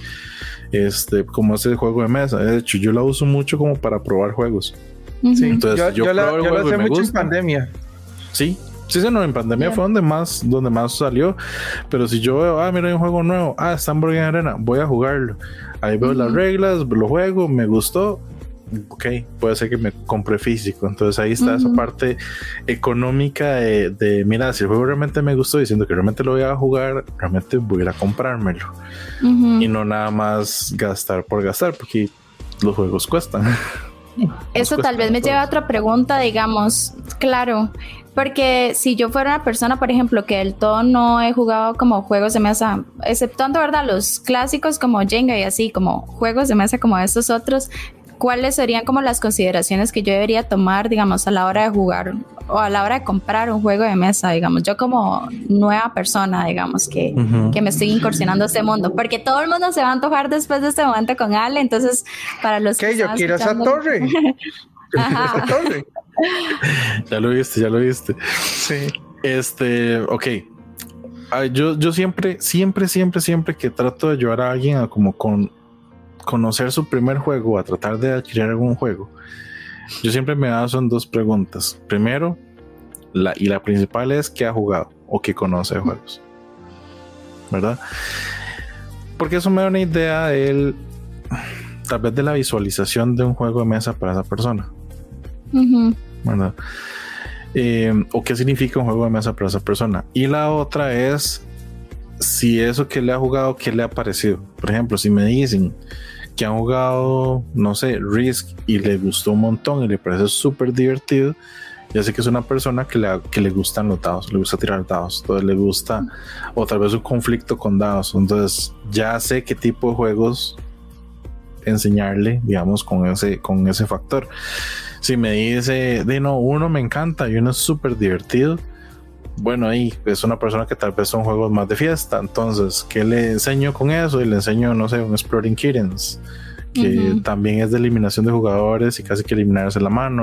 como ese juego de mesa. De hecho, yo la uso mucho como para probar juegos. Sí, entonces yo la usé mucho en pandemia. Sí, no, en pandemia fue donde más salió. Pero si yo veo, mira, hay un juego nuevo, está en Board Game Arena, voy a jugarlo. Ahí veo las reglas, lo juego, me gustó. Ok, puede ser que me compre físico. Entonces ahí está esa parte económica de mira, si el juego realmente me gustó, diciendo que realmente lo voy a jugar, realmente voy a ir a comprármelo y no nada más gastar por gastar, porque los juegos cuestan. Eso tal vez me lleva a otra pregunta, digamos, claro, porque si yo fuera una persona, por ejemplo, que del todo no he jugado como juegos de mesa, exceptuando, ¿verdad?, los clásicos como Jenga y así, como juegos de mesa como estos otros, ¿cuáles serían como las consideraciones que yo debería tomar, digamos, a la hora de jugar o a la hora de comprar un juego de mesa, digamos, yo como nueva persona, digamos, que me estoy incursionando a este mundo? Porque todo el mundo se va a antojar después de este momento con Ale, entonces, para los que yo quiero esa torre. Ajá. Esa torre. Ya lo viste. Sí. Ok. Yo siempre que trato de ayudar a alguien a como conocer su primer juego, a tratar de adquirir algún juego, yo siempre me baso en 2 preguntas. Primero, la principal es qué ha jugado o qué conoce de juegos, ¿verdad? Porque eso me da una idea tal vez de la visualización de un juego de mesa para esa persona, ¿verdad? O qué significa un juego de mesa para esa persona. Y la otra es si eso que le ha jugado, qué le ha parecido. Por ejemplo, si me dicen que han jugado, no sé, Risk y le gustó un montón y le parece súper divertido, ya sé que es una persona que le gustan los dados, le gusta tirar dados, entonces le gusta, o tal vez un conflicto con dados, entonces ya sé qué tipo de juegos enseñarle, digamos, con ese factor. Si me dice, uno me encanta y uno es súper divertido, bueno, ahí es una persona que tal vez son juegos más de fiesta, entonces, ¿qué le enseño con eso? Y le enseño, no sé, un Exploding Kittens, que también es de eliminación de jugadores y casi que eliminarse la mano,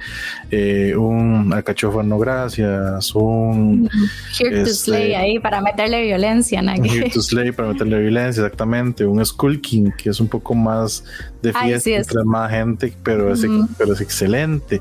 un Alcachofa no gracias, un Here to Slay ahí para meterle violencia, Here to Slay para meterle violencia, exactamente, un Skull King que es un poco más de fiesta, entre más gente, pero es excelente.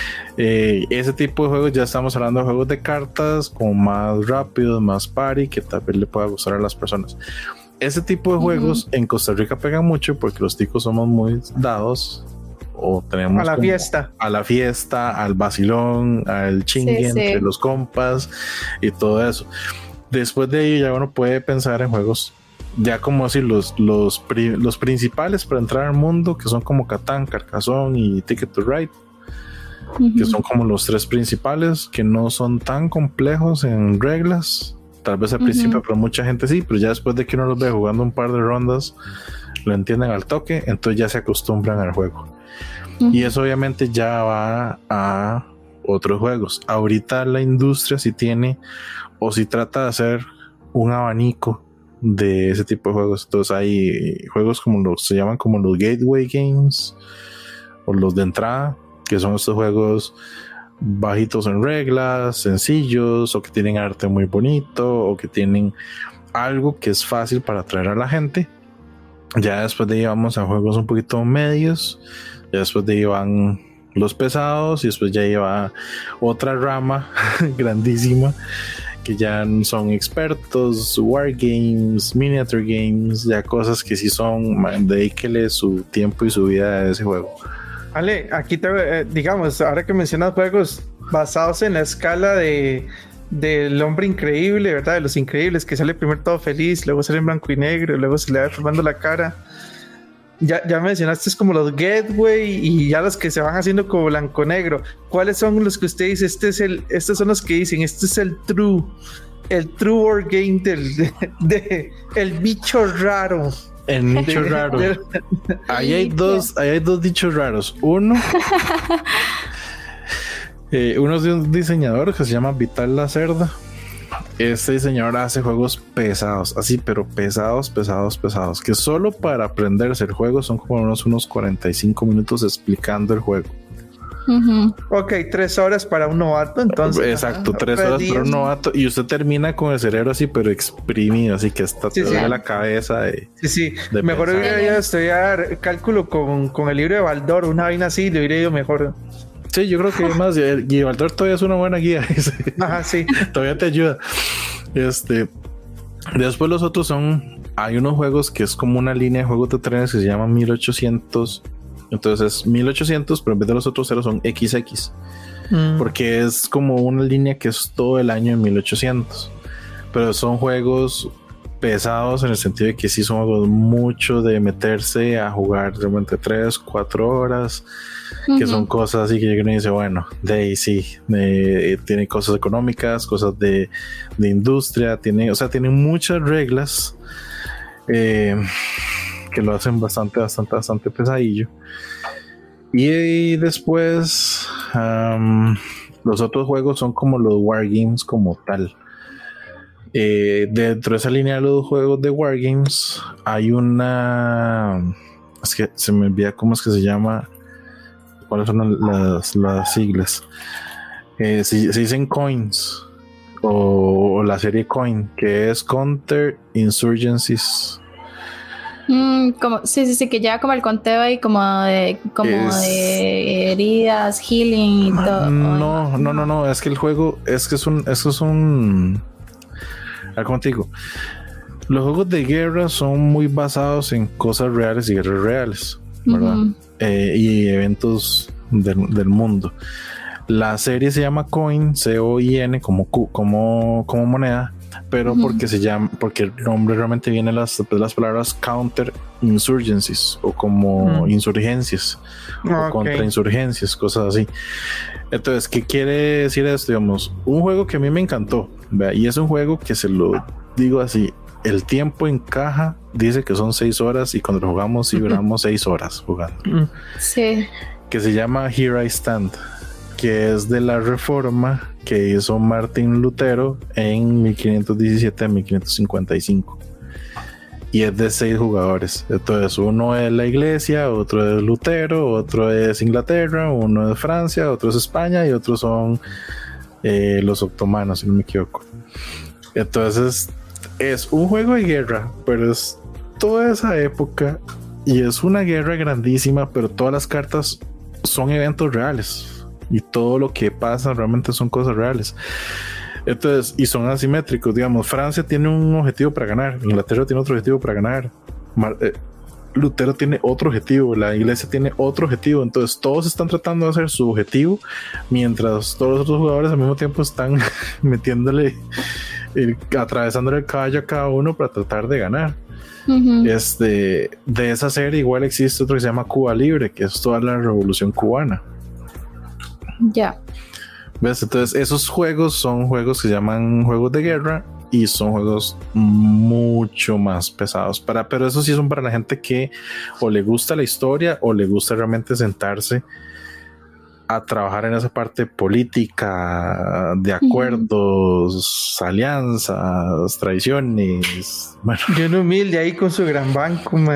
Ese tipo de juegos, ya estamos hablando de juegos de cartas como más rápidos, más party, que tal vez le pueda gustar a las personas. Ese tipo de juegos en Costa Rica pegan mucho porque los ticos somos muy dados, o tenemos a la fiesta, al vacilón, al chingue entre los compas y todo eso. Después de ello ya uno puede pensar en juegos ya como así los principales para entrar al mundo, que son como Catán, Carcassonne y Ticket to Ride, que son como los tres principales, que no son tan complejos en reglas. Tal vez al principio, pero mucha gente sí, pero ya después de que uno los ve jugando un par de rondas, lo entienden al toque, entonces ya se acostumbran al juego. Y eso obviamente ya va a otros juegos. Ahorita la industria sí tiene, o sí trata de hacer un abanico de ese tipo de juegos. Entonces hay juegos como se llaman como los Gateway Games, o los de entrada, que son estos juegos bajitos en reglas, sencillos, o que tienen arte muy bonito, o que tienen algo que es fácil para atraer a la gente. Ya después de ahí vamos a juegos un poquito medios, ya después de ahí van los pesados, y después ya lleva otra rama grandísima que ya son expertos, wargames, miniature games, ya cosas que sí son, dedíquele su tiempo y su vida a ese juego. Ale, aquí digamos, ahora que mencionas juegos basados en la escala del hombre increíble, ¿verdad? De los increíbles, que sale primero todo feliz, luego sale en blanco y negro, luego se le va formando la cara. Ya mencionaste es como los Gateway y ya los que se van haciendo como blanco-negro. ¿Cuáles son los que usted dice? Estos son los que dicen, este es el true word game el bicho raro. El nicho raro. Ahí hay dos dichos raros. Uno es de un diseñador que se llama Vital La Cerda. Este diseñador hace juegos pesados, así, pero pesados, que solo para aprenderse el juego son como unos 45 minutos explicando el juego. Ok, 3 horas para un novato, entonces. Exacto, 3 horas para un novato, y usted termina con el cerebro así, pero exprimido, así que hasta te duele la cabeza. Mejor hubiera ido a estudiar cálculo con el libro de Baldor, una vaina así, le hubiera ido mejor. Sí, yo creo que además Guía Baldor todavía es una buena guía. Ajá, sí. Todavía te ayuda. Después los otros hay unos juegos que es como una línea de juegos de trenes que se llama 1800. Entonces es 1800, pero en vez de los otros ceros son XX. Porque es como una línea que es todo el año en 1800. Pero son juegos pesados en el sentido de que sí son juegos mucho de meterse a jugar realmente 3-4 horas. Que son cosas así que uno dice, bueno, de ahí sí, tiene cosas económicas, cosas de industria, tiene muchas reglas que lo hacen bastante pesadillo. Y después los otros juegos son como los wargames como tal. Dentro de esa línea de los juegos de wargames hay es que se me olvida cómo es que se llama, cuáles son las siglas. Se dicen coins o la serie coin, que es Counter Insurgencies. Sí, que lleva como el conteo ahí como de heridas, healing y todo. No, es que el juego es un ¿cómo te digo? Los juegos de guerra son muy basados en cosas reales y guerras reales, ¿verdad? Y eventos del mundo. La serie se llama Coin, C-O-I-N, como moneda, pero porque el nombre realmente viene de las palabras counter insurgencies o como insurgencias o contrainsurgencias, cosas así. Entonces, ¿qué quiere decir esto? Digamos, un juego que a mí me encantó, ¿vea? Y es un juego que se lo digo así, el tiempo en caja dice que son 6 horas y cuando lo jugamos sí duramos 6 horas jugando. Sí. Que se llama Here I Stand, que es de la reforma que hizo Martín Lutero en 1517 a 1555 y es de 6 jugadores. Entonces uno es la iglesia, otro es Lutero, otro es Inglaterra, uno es Francia, otro es España y otros son los otomanos, si no me equivoco. Entonces es un juego de guerra, pero es toda esa época y es una guerra grandísima, pero todas las cartas son eventos reales y todo lo que pasa realmente son cosas reales. Entonces, y son asimétricos, digamos, Francia tiene un objetivo para ganar, Inglaterra tiene otro objetivo para ganar, Lutero tiene otro objetivo, la iglesia tiene otro objetivo, entonces todos están tratando de hacer su objetivo mientras todos los otros jugadores al mismo tiempo están metiéndole atravesándole el caballo a cada uno para tratar de ganar. De esa serie igual existe otro que se llama Cuba Libre, que es toda la revolución cubana. Ya. ¿Ves? Entonces esos juegos son juegos que se llaman juegos de guerra y son juegos mucho más pesados pero eso sí son para la gente que o le gusta la historia o le gusta realmente sentarse a trabajar en esa parte política de acuerdos, alianzas, traiciones. Bueno, y un humilde ahí con su gran banco. No,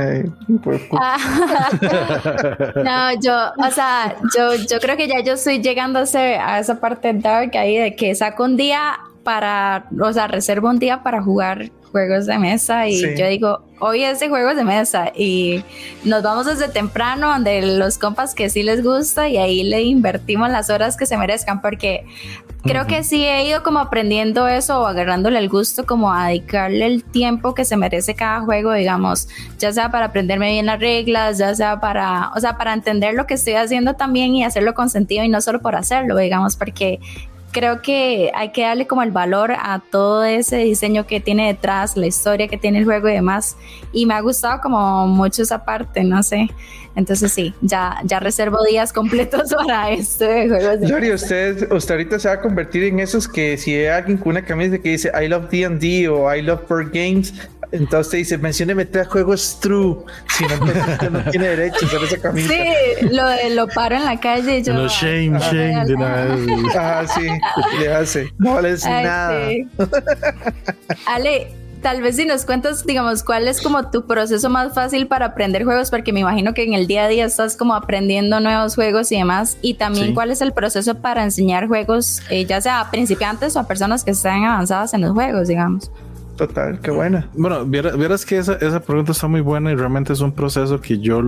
yo creo que ya yo estoy llegando a esa parte dark ahí de que saco un día reservo un día para jugar juegos de mesa y yo digo, hoy es de juegos de mesa y nos vamos desde temprano donde los compas que sí les gusta y ahí le invertimos las horas que se merezcan, porque creo que sí he ido como aprendiendo eso o agarrándole el gusto como a dedicarle el tiempo que se merece cada juego, digamos, ya sea para aprenderme bien las reglas, ya sea para entender lo que estoy haciendo también y hacerlo con sentido y no solo por hacerlo, digamos, porque creo que hay que darle como el valor a todo ese diseño que tiene detrás, la historia que tiene el juego y demás. Y me ha gustado como mucho esa parte, no sé. Entonces sí, ya reservo días completos para esto de juegos de Yori, usted ahorita se va a convertir en esos que si hay alguien con una camisa que dice I love D&D o I love board games, entonces te dice, mencióneme 3 juegos true. Si no tiene derecho a usar esa camisa. Sí, lo paro en la calle y yo... No, shame, de una vez. Sí, le hace. No vales nada. Sí. Ale, tal vez si nos cuentas, digamos, ¿cuál es como tu proceso más fácil para aprender juegos? Porque me imagino que en el día a día estás como aprendiendo nuevos juegos y demás. Y también, ¿cuál es el proceso para enseñar juegos, ya sea a principiantes o a personas que están avanzadas en los juegos, digamos? Total, qué buena. Bueno, vieras que esa pregunta está muy buena y realmente es un proceso que yo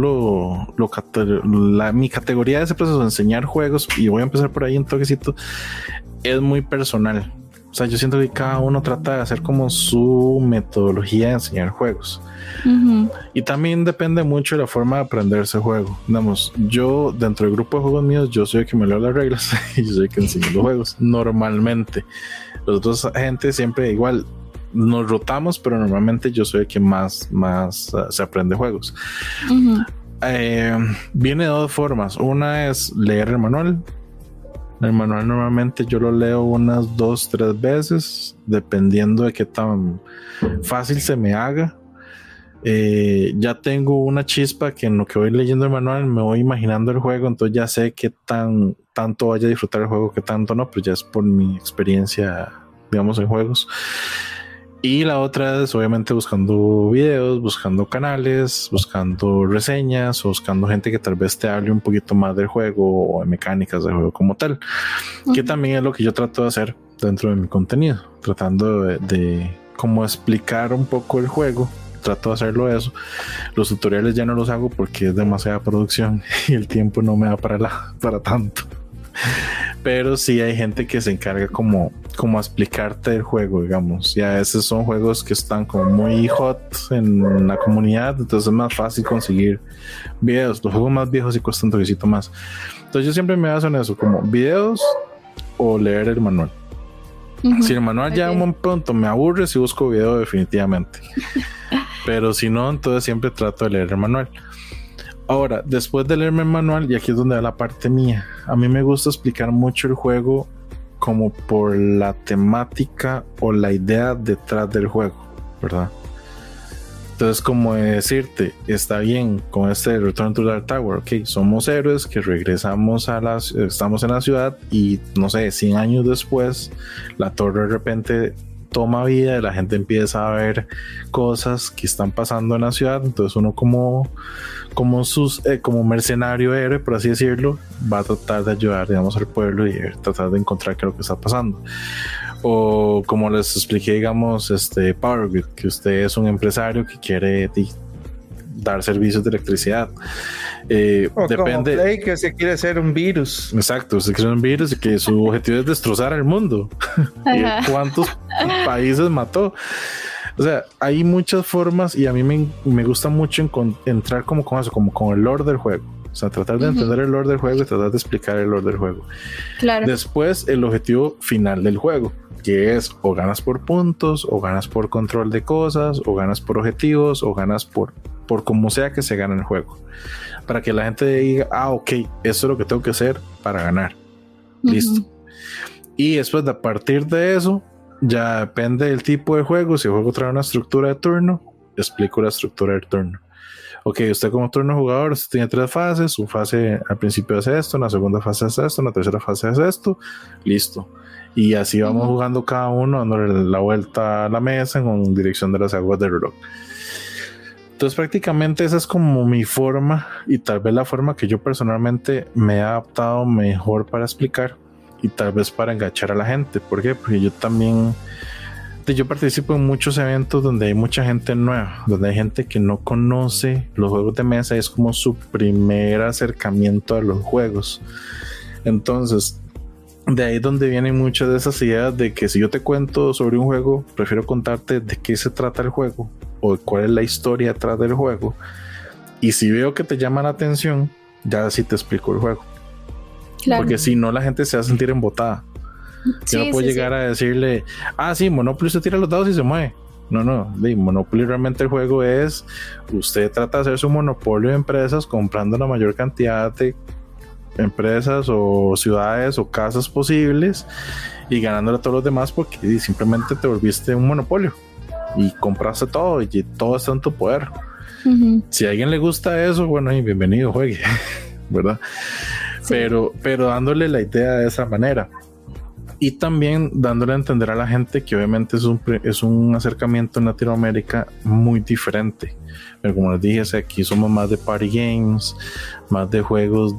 mi categoría de ese proceso de enseñar juegos, y voy a empezar por ahí un toquecito, es muy personal. O sea, yo siento que cada uno trata de hacer como su metodología de enseñar juegos. Y también depende mucho de la forma de aprender ese juego. Digamos, yo dentro del grupo de juegos míos, yo soy el que me leo las reglas y yo soy el que enseño los juegos. Normalmente, los otros gente siempre igual nos rotamos, pero normalmente yo soy el que más se aprende juegos. Viene de 2 formas. Una es leer el manual. El manual normalmente yo lo leo unas 2-3 veces, dependiendo de qué tan fácil se me haga. Ya tengo una chispa que en lo que voy leyendo el manual me voy imaginando el juego, entonces ya sé qué tanto vaya a disfrutar el juego, qué tanto no, pero ya es por mi experiencia, digamos, en juegos. Y la otra es obviamente buscando videos, buscando canales, buscando reseñas o buscando gente que tal vez te hable un poquito más del juego o de mecánicas del juego como tal, que también es lo que yo trato de hacer dentro de mi contenido, tratando de como explicar un poco el juego. Trato de hacerlo eso. Los tutoriales ya no los hago porque es demasiada producción y el tiempo no me da para tanto. pero sí hay gente que se encarga como a explicarte el juego, digamos. Y a veces son juegos que están como muy hot en la comunidad, entonces es más fácil conseguir videos. Los juegos más viejos sí cuestan un toquecito más. Entonces yo siempre me baso en eso, como videos o leer el manual. Si el manual ya un punto me aburre, si busco video definitivamente. Pero si no, entonces siempre trato de leer el manual. Ahora, después de leerme el manual, y aquí es donde va la parte mía, a mí me gusta explicar mucho el juego como por la temática o la idea detrás del juego, ¿verdad? Entonces, como decirte, está bien con este Return to Dark Tower, ok, somos héroes que regresamos estamos en la ciudad y no sé, 100 años después, la torre de repente toma vida y la gente empieza a ver cosas que están pasando en la ciudad. Entonces uno como mercenario héroe, por así decirlo, va a tratar de ayudar, digamos, al pueblo y tratar de encontrar qué es lo que está pasando. O como les expliqué, digamos, Power Grid, que usted es un empresario que quiere dar servicios de electricidad. O depende. Como Play, que se quiere hacer un virus. Exacto, usted quiere un virus y que su objetivo es destrozar el mundo. ¿Cuántos países mató? O sea, hay muchas formas y a mí me gusta mucho entrar como con eso, como con el lore del juego. O sea, tratar de entender el lore del juego y tratar de explicar el lore del juego. Claro. Después, el objetivo final del juego, que es o ganas por puntos, o ganas por control de cosas, o ganas por objetivos, o ganas por como sea que se gane el juego. Para que la gente diga, ok, eso es lo que tengo que hacer para ganar. Listo. Y después, a partir de eso, ya depende del tipo de juego. Si el juego trae una estructura de turno, explico la estructura del turno. Ok, usted como turno jugador, usted tiene 3 fases. Su fase al principio hace esto, en la segunda fase hace esto, en la tercera fase hace esto. Listo. Y así vamos jugando cada uno, dándole la vuelta a la mesa en dirección de las aguas del reloj. Entonces prácticamente esa es como mi forma, y tal vez la forma que yo personalmente me he adaptado mejor para explicar y tal vez para enganchar a la gente. ¿Por qué? Porque yo también participo en muchos eventos donde hay mucha gente nueva, donde hay gente que no conoce los juegos de mesa y es como su primer acercamiento a los juegos. Entonces de ahí donde vienen muchas de esas ideas de que si yo te cuento sobre un juego, prefiero contarte de qué se trata el juego o cuál es la historia detrás del juego, y si veo que te llama la atención, ya sí te explico el juego. Claro. Porque si no, la gente se va a sentir embotada. Yo no puedo llegar a decirle, sí, Monopoly usted tira los dados y se mueve. No, Monopoly realmente el juego es, usted trata de hacer su monopolio de empresas comprando la mayor cantidad de empresas o ciudades o casas posibles y ganándole a todos los demás, porque simplemente te volviste un monopolio y compraste todo y todo está en tu poder. Si a alguien le gusta eso, bueno, y bienvenido, juegue, ¿verdad? Sí. Pero dándole la idea de esa manera y también dándole a entender a la gente que obviamente es un acercamiento en Latinoamérica muy diferente. Pero como les dije, aquí somos más de party games, más de juegos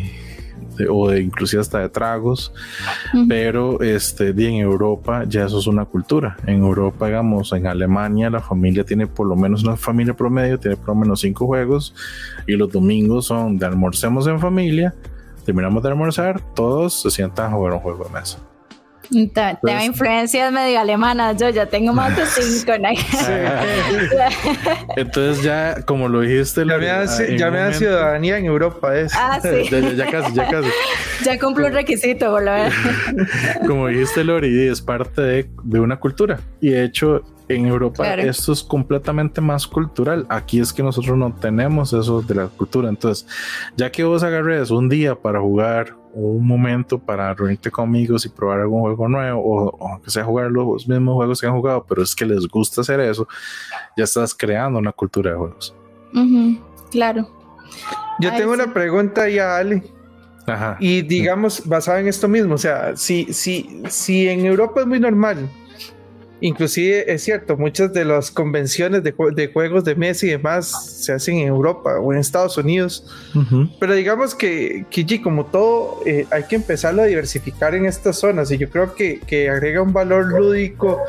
o inclusive hasta de tragos, pero en Europa ya eso es una cultura. En Europa, digamos, en Alemania la familia tiene por lo menos, una familia promedio tiene por lo menos 5 juegos y los domingos son de almorcemos en familia, terminamos de almorzar, todos se sientan a jugar un juego de mesa. Tengo influencias medio alemanas, yo ya tengo más de 5. Entonces ya, como lo dijiste, ya me da ciudadanía en Europa. Sí. ya casi. Ya cumplo un requisito, por lo menos. Como dijiste, Lori, es parte de una cultura. Y de hecho, en Europa esto es completamente más cultural. Aquí es que nosotros no tenemos eso de la cultura. Entonces, ya que vos agarres un día para jugar, un momento para reunirte con amigos y probar algún juego nuevo, o aunque sea jugar los mismos juegos que han jugado, pero es que les gusta hacer eso, ya estás creando una cultura de juegos. Claro. Yo tengo una pregunta ya, Ale. Ajá. Y digamos, basada en esto mismo, o sea, si en Europa es muy normal, inclusive es cierto, muchas de las convenciones de juegos de mesa y demás se hacen en Europa o en Estados Unidos, pero digamos que como todo, hay que empezarlo a diversificar en estas zonas, y yo creo que agrega un valor lúdico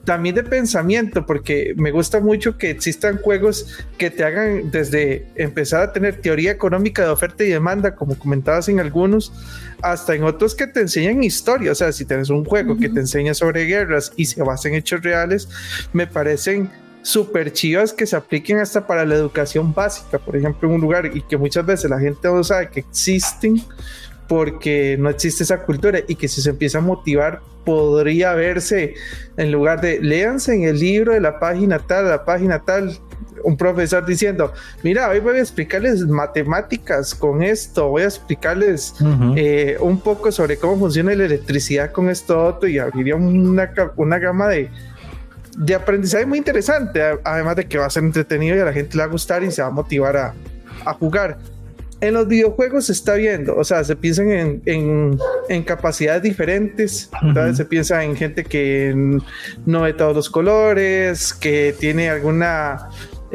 también de pensamiento, porque me gusta mucho que existan juegos que te hagan desde empezar a tener teoría económica de oferta y demanda, como comentabas en algunos, hasta en otros que te enseñan historia. O sea, si tienes un juego que te enseña sobre guerras y se basa en hechos reales, me parecen súper chivas que se apliquen hasta para la educación básica, por ejemplo, en un lugar, y que muchas veces la gente no sabe que existen porque no existe esa cultura, y que si se empieza a motivar podría verse, en lugar de léanse en el libro de la página tal, un profesor diciendo, mira, hoy voy a explicarles matemáticas con esto, voy a explicarles un poco sobre cómo funciona la electricidad con esto otro, y abriría una gama de aprendizaje muy interesante, además de que va a ser entretenido y a la gente le va a gustar y se va a motivar a jugar. En los videojuegos se está viendo, o sea, se piensan en capacidades diferentes, ¿sabes? Se piensa en gente que no ve todos los colores, que tiene alguna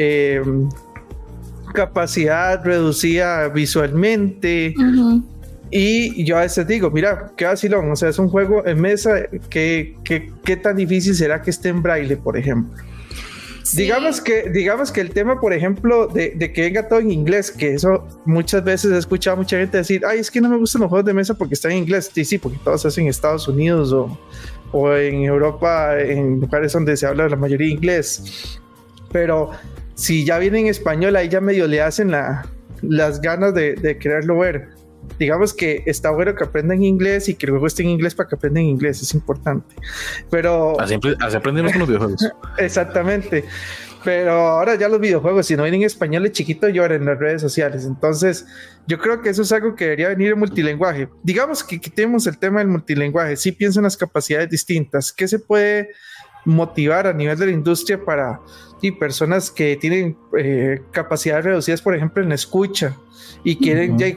capacidad reducida visualmente. Y yo a veces digo, mira, qué vacilón, o sea, es un juego en mesa, ¿qué tan difícil será que esté en braille, por ejemplo? Sí. Digamos que el tema, por ejemplo, de que venga todo en inglés, que eso muchas veces he escuchado a mucha gente decir, ay, es que no me gustan los juegos de mesa porque están en inglés. Sí, porque todos se hacen en Estados Unidos o en Europa, en lugares donde se habla la mayoría inglés. Pero si ya viene en español, ahí ya medio le hacen las ganas de quererlo ver. Digamos que está bueno que aprendan inglés y que el juego esté en inglés para que aprendan inglés, es importante. Pero así aprendemos con los videojuegos. Exactamente. Pero ahora ya los videojuegos, si no vienen en español, el chiquito llora en las redes sociales. Entonces, yo creo que eso es algo que debería venir en multilenguaje. Digamos que quitemos el tema del multilenguaje. Sí pienso en las capacidades distintas. ¿Qué se puede motivar a nivel de la industria para personas que tienen capacidades reducidas, por ejemplo, en la escucha, y quieren ya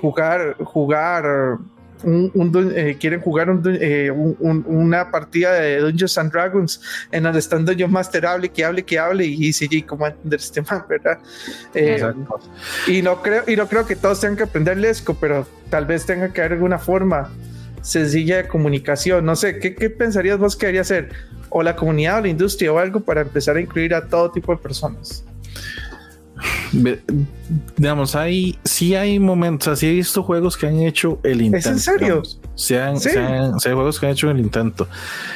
quieren jugar una partida de Dungeons and Dragons en donde está un Dungeon Master hable y dice, ¿cómo va a entender este man, verdad? Y no creo que todos tengan que aprender lesco, pero tal vez tenga que haber alguna forma sencilla de comunicación. No sé, ¿qué pensarías vos que debería hacer? O la comunidad o la industria o algo para empezar a incluir a todo tipo de personas. Digamos, hay momentos, así he visto juegos que han hecho el intento. ¿Es en serio? Sí hay juegos que han hecho el intento.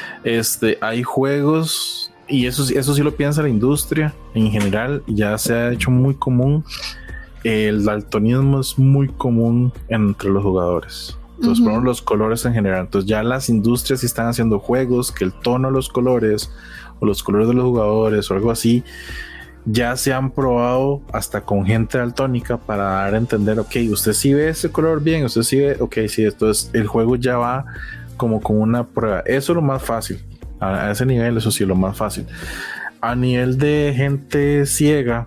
Hay juegos, y eso sí lo piensa la industria en general, ya se ha hecho muy común. El daltonismo es muy común entre los jugadores. Entonces, por los colores en general. Entonces, ya las industrias están haciendo juegos que el tono de los colores o los colores de los jugadores o algo así ya se han probado hasta con gente daltónica para dar a entender, ok, usted sí ve ese color bien, usted sí ve, ok, sí, entonces el juego ya va como con una prueba. Eso es lo más fácil. A ese nivel, eso sí, lo más fácil. A nivel de gente ciega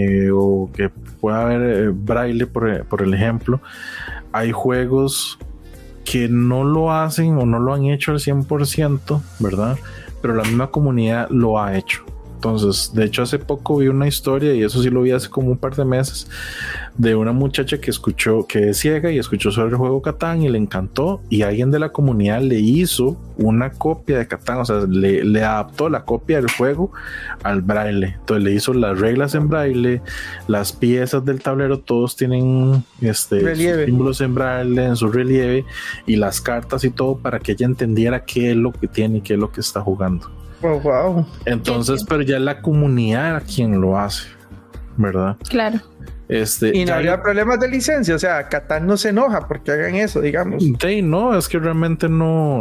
o que pueda ver braille, por el ejemplo, hay juegos que no lo hacen o no lo han hecho al 100%, ¿verdad? Pero la misma comunidad lo ha hecho. Entonces, de hecho, hace poco vi una historia, y eso sí lo vi hace como un par de meses, de una muchacha que es ciega y escuchó sobre el juego Catán y le encantó, y alguien de la comunidad le hizo una copia de Catán, o sea, le adaptó la copia del juego al braille. Entonces le hizo las reglas en braille, las piezas del tablero, todos tienen símbolos en braille, en su relieve, y las cartas y todo, para que ella entendiera qué es lo que tiene y qué es lo que está jugando. Oh, wow. Entonces, pero ya la comunidad quien lo hace, ¿verdad? Claro. Y no habría problemas de licencia, o sea, Catán no se enoja porque hagan eso, digamos. Sí, no, es que realmente no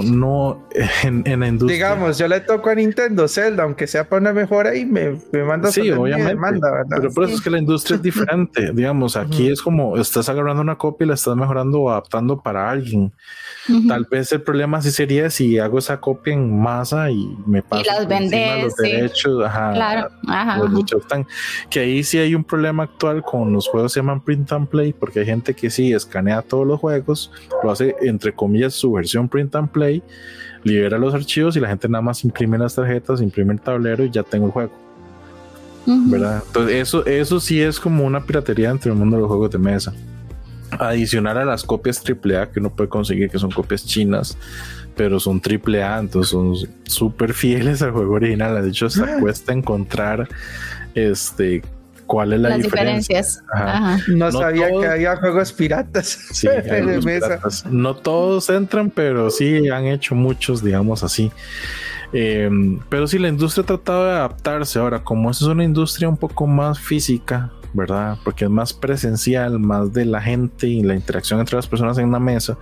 en la industria. Digamos, yo le toco a Nintendo Zelda, aunque sea para una mejora, y me manda obviamente, demanda, ¿verdad? Pero por eso es que la industria es diferente, digamos, aquí es como estás agarrando una copia y la estás mejorando o adaptando para alguien. Tal vez el problema sí sería si hago esa copia en masa y me paso y las vendes, los derechos, claro, los derechos están, que ahí sí hay un problema actual con los juegos, se llaman print and play, porque hay gente que sí escanea todos los juegos, lo hace entre comillas su versión print and play, libera los archivos y la gente nada más imprime las tarjetas, imprime el tablero y ya tengo el juego, ¿verdad? Entonces eso sí es como una piratería entre el mundo de los juegos de mesa. adicional a las copias AAA que uno puede conseguir, que son copias chinas, pero son AAA, entonces son súper fieles al juego original. De hecho, hasta cuesta encontrar cuál es la las diferencia. Diferencias. Ajá. No sabía que había juegos piratas. Sí, de mesa. Piratas. No todos entran, pero sí han hecho muchos, digamos así. Pero sí, la industria ha tratado de adaptarse. Ahora, como esa es una industria un poco más física, ¿verdad? Porque es más presencial, más de la gente y la interacción entre las personas en una mesa,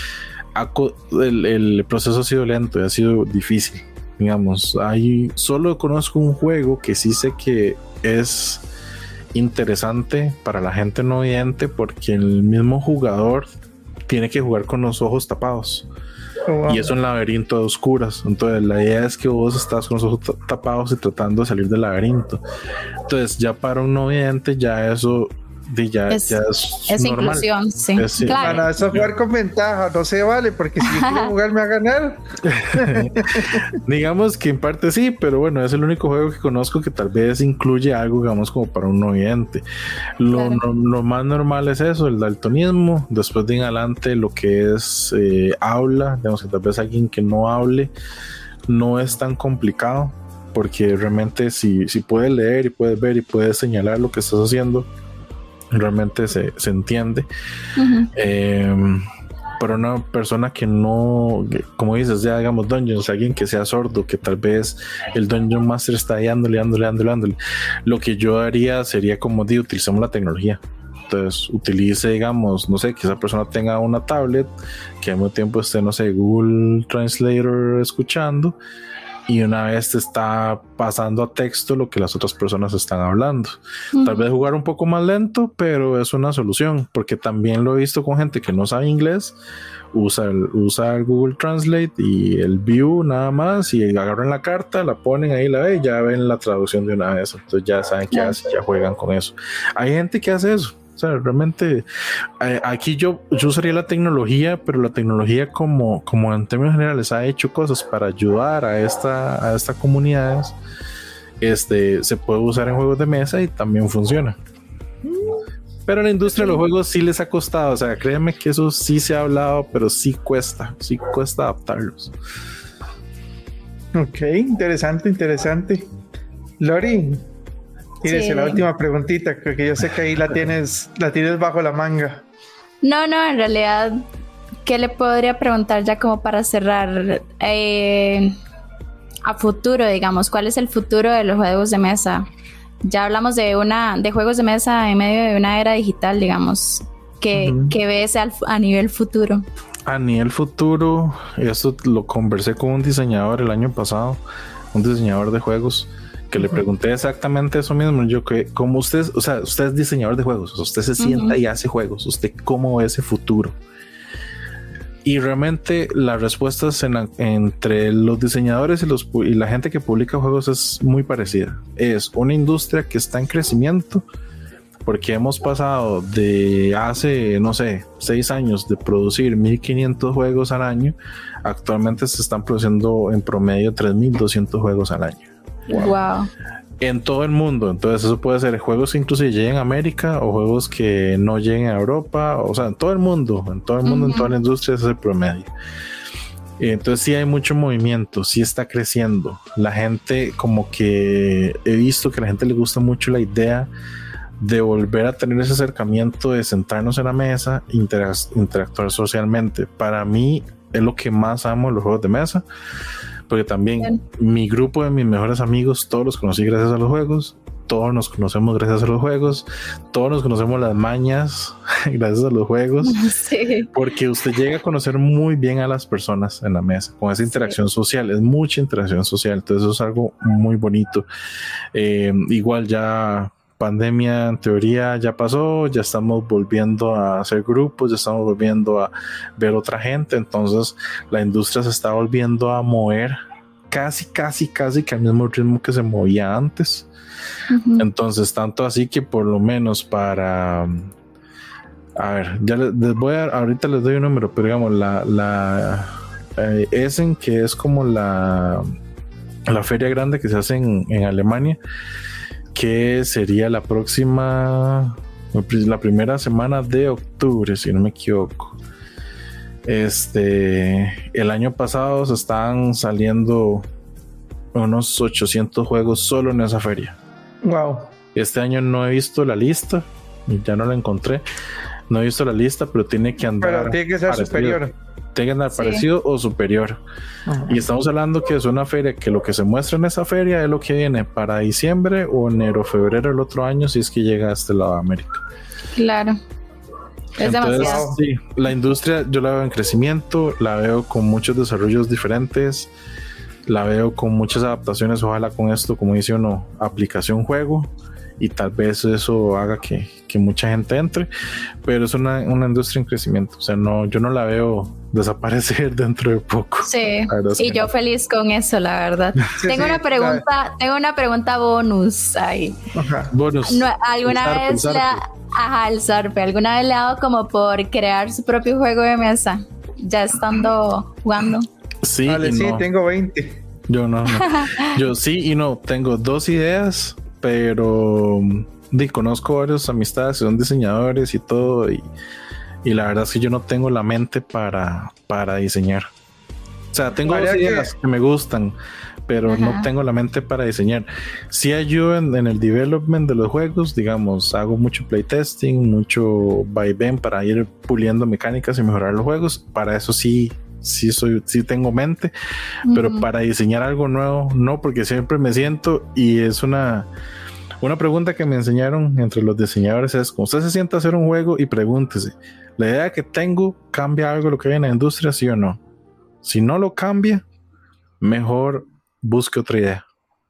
el proceso ha sido lento y ha sido difícil. Digamos, solo conozco un juego que sí sé que es interesante para la gente no vidente, porque el mismo jugador tiene que jugar con los ojos tapados. Oh, wow. Y es un laberinto de oscuras. Entonces la idea es que vos estás con los ojos tapados y tratando de salir del laberinto. Entonces ya para un no vidente ya eso es normal. Inclusión, sí. Claro. Para eso jugar con ventaja no se vale, porque si yo quiero jugar me va a ganar. Digamos que en parte sí, pero bueno, es el único juego que conozco que tal vez incluye algo, digamos, como para un no vidente. Lo más normal es eso, el daltonismo. Después de en adelante lo que es habla, digamos que tal vez alguien que no hable no es tan complicado, porque realmente si puedes leer y puedes ver y puedes señalar lo que estás haciendo, realmente se entiende. Uh-huh. Pero una persona que no, como dices, ya digamos dungeons, alguien que sea sordo, que tal vez el Dungeon Master está ahí dándole, lo que yo haría sería como utilizamos la tecnología. Entonces utilice, digamos, no sé, que esa persona tenga una tablet, que al mismo tiempo esté, no sé, Google Translator escuchando, y una vez te está pasando a texto lo que las otras personas están hablando. Tal vez jugar un poco más lento, pero es una solución, porque también lo he visto con gente que no sabe inglés, usa el Google Translate y el View nada más, y agarran la carta, la ponen ahí, la ven, y ya ven la traducción de una vez. Entonces ya saben qué hace, ya juegan con eso. Hay gente que hace eso. O sea, realmente aquí yo usaría la tecnología, pero la tecnología como en términos generales ha hecho cosas para ayudar a estas comunidades. Se puede usar en juegos de mesa y también funciona. Pero a la industria de los juegos sí les ha costado. O sea, créanme que eso sí se ha hablado, pero sí cuesta adaptarlos. Ok, interesante. Lori, tienes la última preguntita, que yo sé que ahí la tienes bajo la manga. No, en realidad, ¿qué le podría preguntar ya como para cerrar? A futuro, digamos, ¿cuál es el futuro de los juegos de mesa? Ya hablamos de juegos de mesa en medio de una era digital, digamos. ¿Qué ves a nivel futuro? A nivel futuro, eso lo conversé con un diseñador el año pasado, un diseñador de juegos, que le pregunté exactamente eso mismo. Yo, que como usted es diseñador de juegos, usted se sienta y hace juegos, ¿usted cómo ve ese futuro? Y realmente las respuestas entre los diseñadores y la gente que publica juegos es muy parecida. Es una industria que está en crecimiento, porque hemos pasado de hace, no sé, 6 años de producir 1,500 juegos al año. Actualmente se están produciendo en promedio 3,200 juegos al año. Wow. En todo el mundo. Entonces eso puede ser juegos que incluso lleguen a América o juegos que no lleguen a Europa, o sea, en todo el mundo, en toda la industria ese es el promedio. Entonces sí hay mucho movimiento, sí está creciendo. La gente, como que he visto que a la gente le gusta mucho la idea de volver a tener ese acercamiento, de sentarnos en la mesa, interactuar socialmente. Para mí es lo que más amo en los juegos de mesa, porque también mi grupo de mis mejores amigos, todos los conocí gracias a los juegos, todos nos conocemos gracias a los juegos, todos nos conocemos las mañas gracias a los juegos, sí. Porque usted llega a conocer muy bien a las personas en la mesa, con esa interacción social, es mucha interacción social, entonces eso es algo muy bonito. Igual ya pandemia en teoría ya pasó, ya estamos volviendo a hacer grupos, ya estamos volviendo a ver otra gente, entonces la industria se está volviendo a mover casi que al mismo ritmo que se movía antes. Entonces tanto así que por lo menos para, a ver, ya ahorita les doy un número, pero digamos la Essen, que es como la feria grande que se hace en Alemania, que sería la próxima la primera semana de octubre, si no me equivoco. El año pasado se estaban saliendo unos 800 juegos solo en esa feria. Wow. Este año no he visto la lista, ya no la encontré. No he visto la lista, pero tiene que andar. Pero tiene que ser parecido. superior. Tiene que andar parecido o superior. Y estamos hablando que es una feria que lo que se muestra en esa feria es lo que viene para diciembre o enero, febrero del otro año, si es que llega a este lado de América. Claro. Es demasiado. Sí, la industria yo la veo en crecimiento, la veo con muchos desarrollos diferentes, la veo con muchas adaptaciones, ojalá con esto, como dice uno, aplicación juego, y tal vez eso haga que mucha gente entre, pero es una industria en crecimiento, o sea, yo no la veo desaparecer dentro de poco. Sí, y yo feliz con eso, la verdad. Sí, tengo una pregunta bonus ahí. Ajá. Bonus. ¿Alguna vez el Zarpe, ¿alguna vez le ha dado como por crear su propio juego de mesa? Ya estando jugando. Sí, vale, y sí, no. tengo 20. Yo no. Yo sí y no. Tengo 2 ideas, pero conozco varios amistades que son diseñadores y todo, y la verdad es que yo no tengo la mente para diseñar. O sea, tengo 2 ideas que me gustan, pero no tengo la mente para diseñar. Sí ayudo en el development de los juegos, digamos, hago mucho playtesting, mucho vaivén para ir puliendo mecánicas y mejorar los juegos. Para eso sí tengo mente, pero para diseñar algo nuevo no, porque siempre me siento, y es una pregunta que me enseñaron entre los diseñadores, es como usted se sienta a hacer un juego y pregúntese, la idea que tengo cambia algo lo que hay en la industria, sí o no. Si no lo cambia, mejor busque otra idea,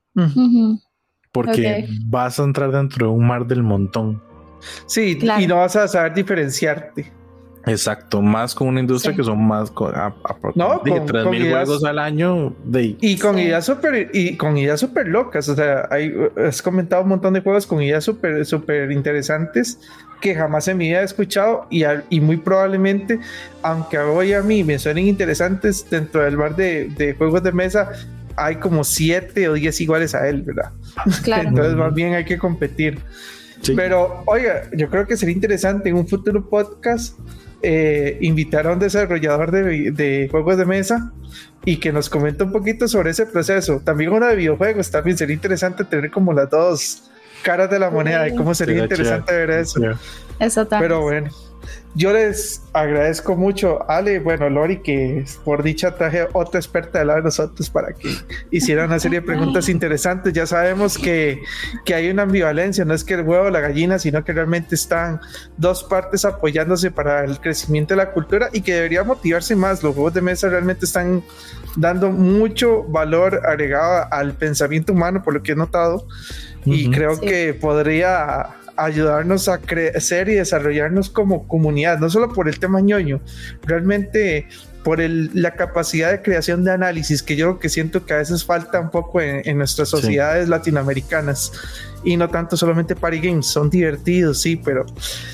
porque vas a entrar dentro de un mar del montón. Sí, claro. Y no vas a saber diferenciarte. Exacto, más con una industria que son más con 3,000 juegos al año y con ideas súper locas. O sea, has comentado un montón de juegos con ideas súper interesantes que jamás en mi vida he escuchado, y muy probablemente, aunque hoy a mí me suenen interesantes, dentro del bar de juegos de mesa hay como 7 o 10 iguales a él, ¿verdad? Claro. Entonces más bien hay que competir. Sí. Pero oiga, yo creo que sería interesante en un futuro podcast invitar a un desarrollador de juegos de mesa y que nos comente un poquito sobre ese proceso. También uno de videojuegos, también sería interesante tener como las dos caras de la moneda, y cómo sería interesante ver eso. Eso también. Pero bueno, yo les agradezco mucho, Ale, bueno, Lori, que por dicha traje otra experta de lado de nosotros para que hiciera una serie de preguntas interesantes. Ya sabemos que hay una ambivalencia, no es que el huevo o la gallina, sino que realmente están dos partes apoyándose para el crecimiento de la cultura, y que debería motivarse más. Los juegos de mesa realmente están dando mucho valor agregado al pensamiento humano, por lo que he notado, y creo que podría ayudarnos a crecer y desarrollarnos como comunidad, no solo por el tema ñoño, realmente por la capacidad de creación de análisis, que yo siento que a veces falta un poco en nuestras sociedades latinoamericanas, y no tanto solamente party games. Son divertidos, sí, pero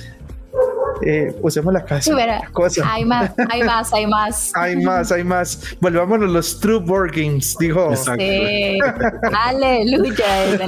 usemos la casa. Sí, hay más. Hay más. Volvámonos los true board games, dijo. Sí. Aleluya.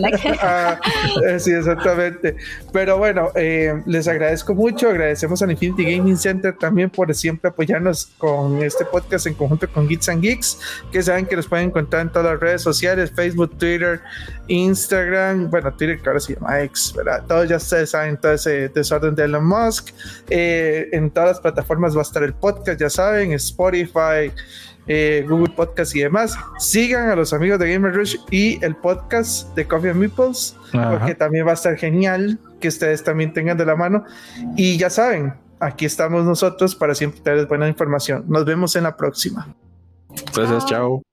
Sí, exactamente. Pero bueno, les agradezco mucho. Agradecemos al Infinity Gaming Center también por siempre apoyarnos con este podcast en conjunto con Geeks and Geeks, que saben que los pueden encontrar en todas las redes sociales: Facebook, Twitter, Instagram, bueno, Twitter que ahora se llama X, ¿verdad? Todos ya ustedes saben todo ese desorden de Elon Musk. En todas las plataformas va a estar el podcast, ya saben, Spotify, Google Podcast y demás. Sigan a los amigos de Gamer Rush y el podcast de Coffee and Meeples, porque también va a estar genial que ustedes también tengan de la mano. Y ya saben, aquí estamos nosotros para siempre traerles buena información. Nos vemos en la próxima. Gracias, chao.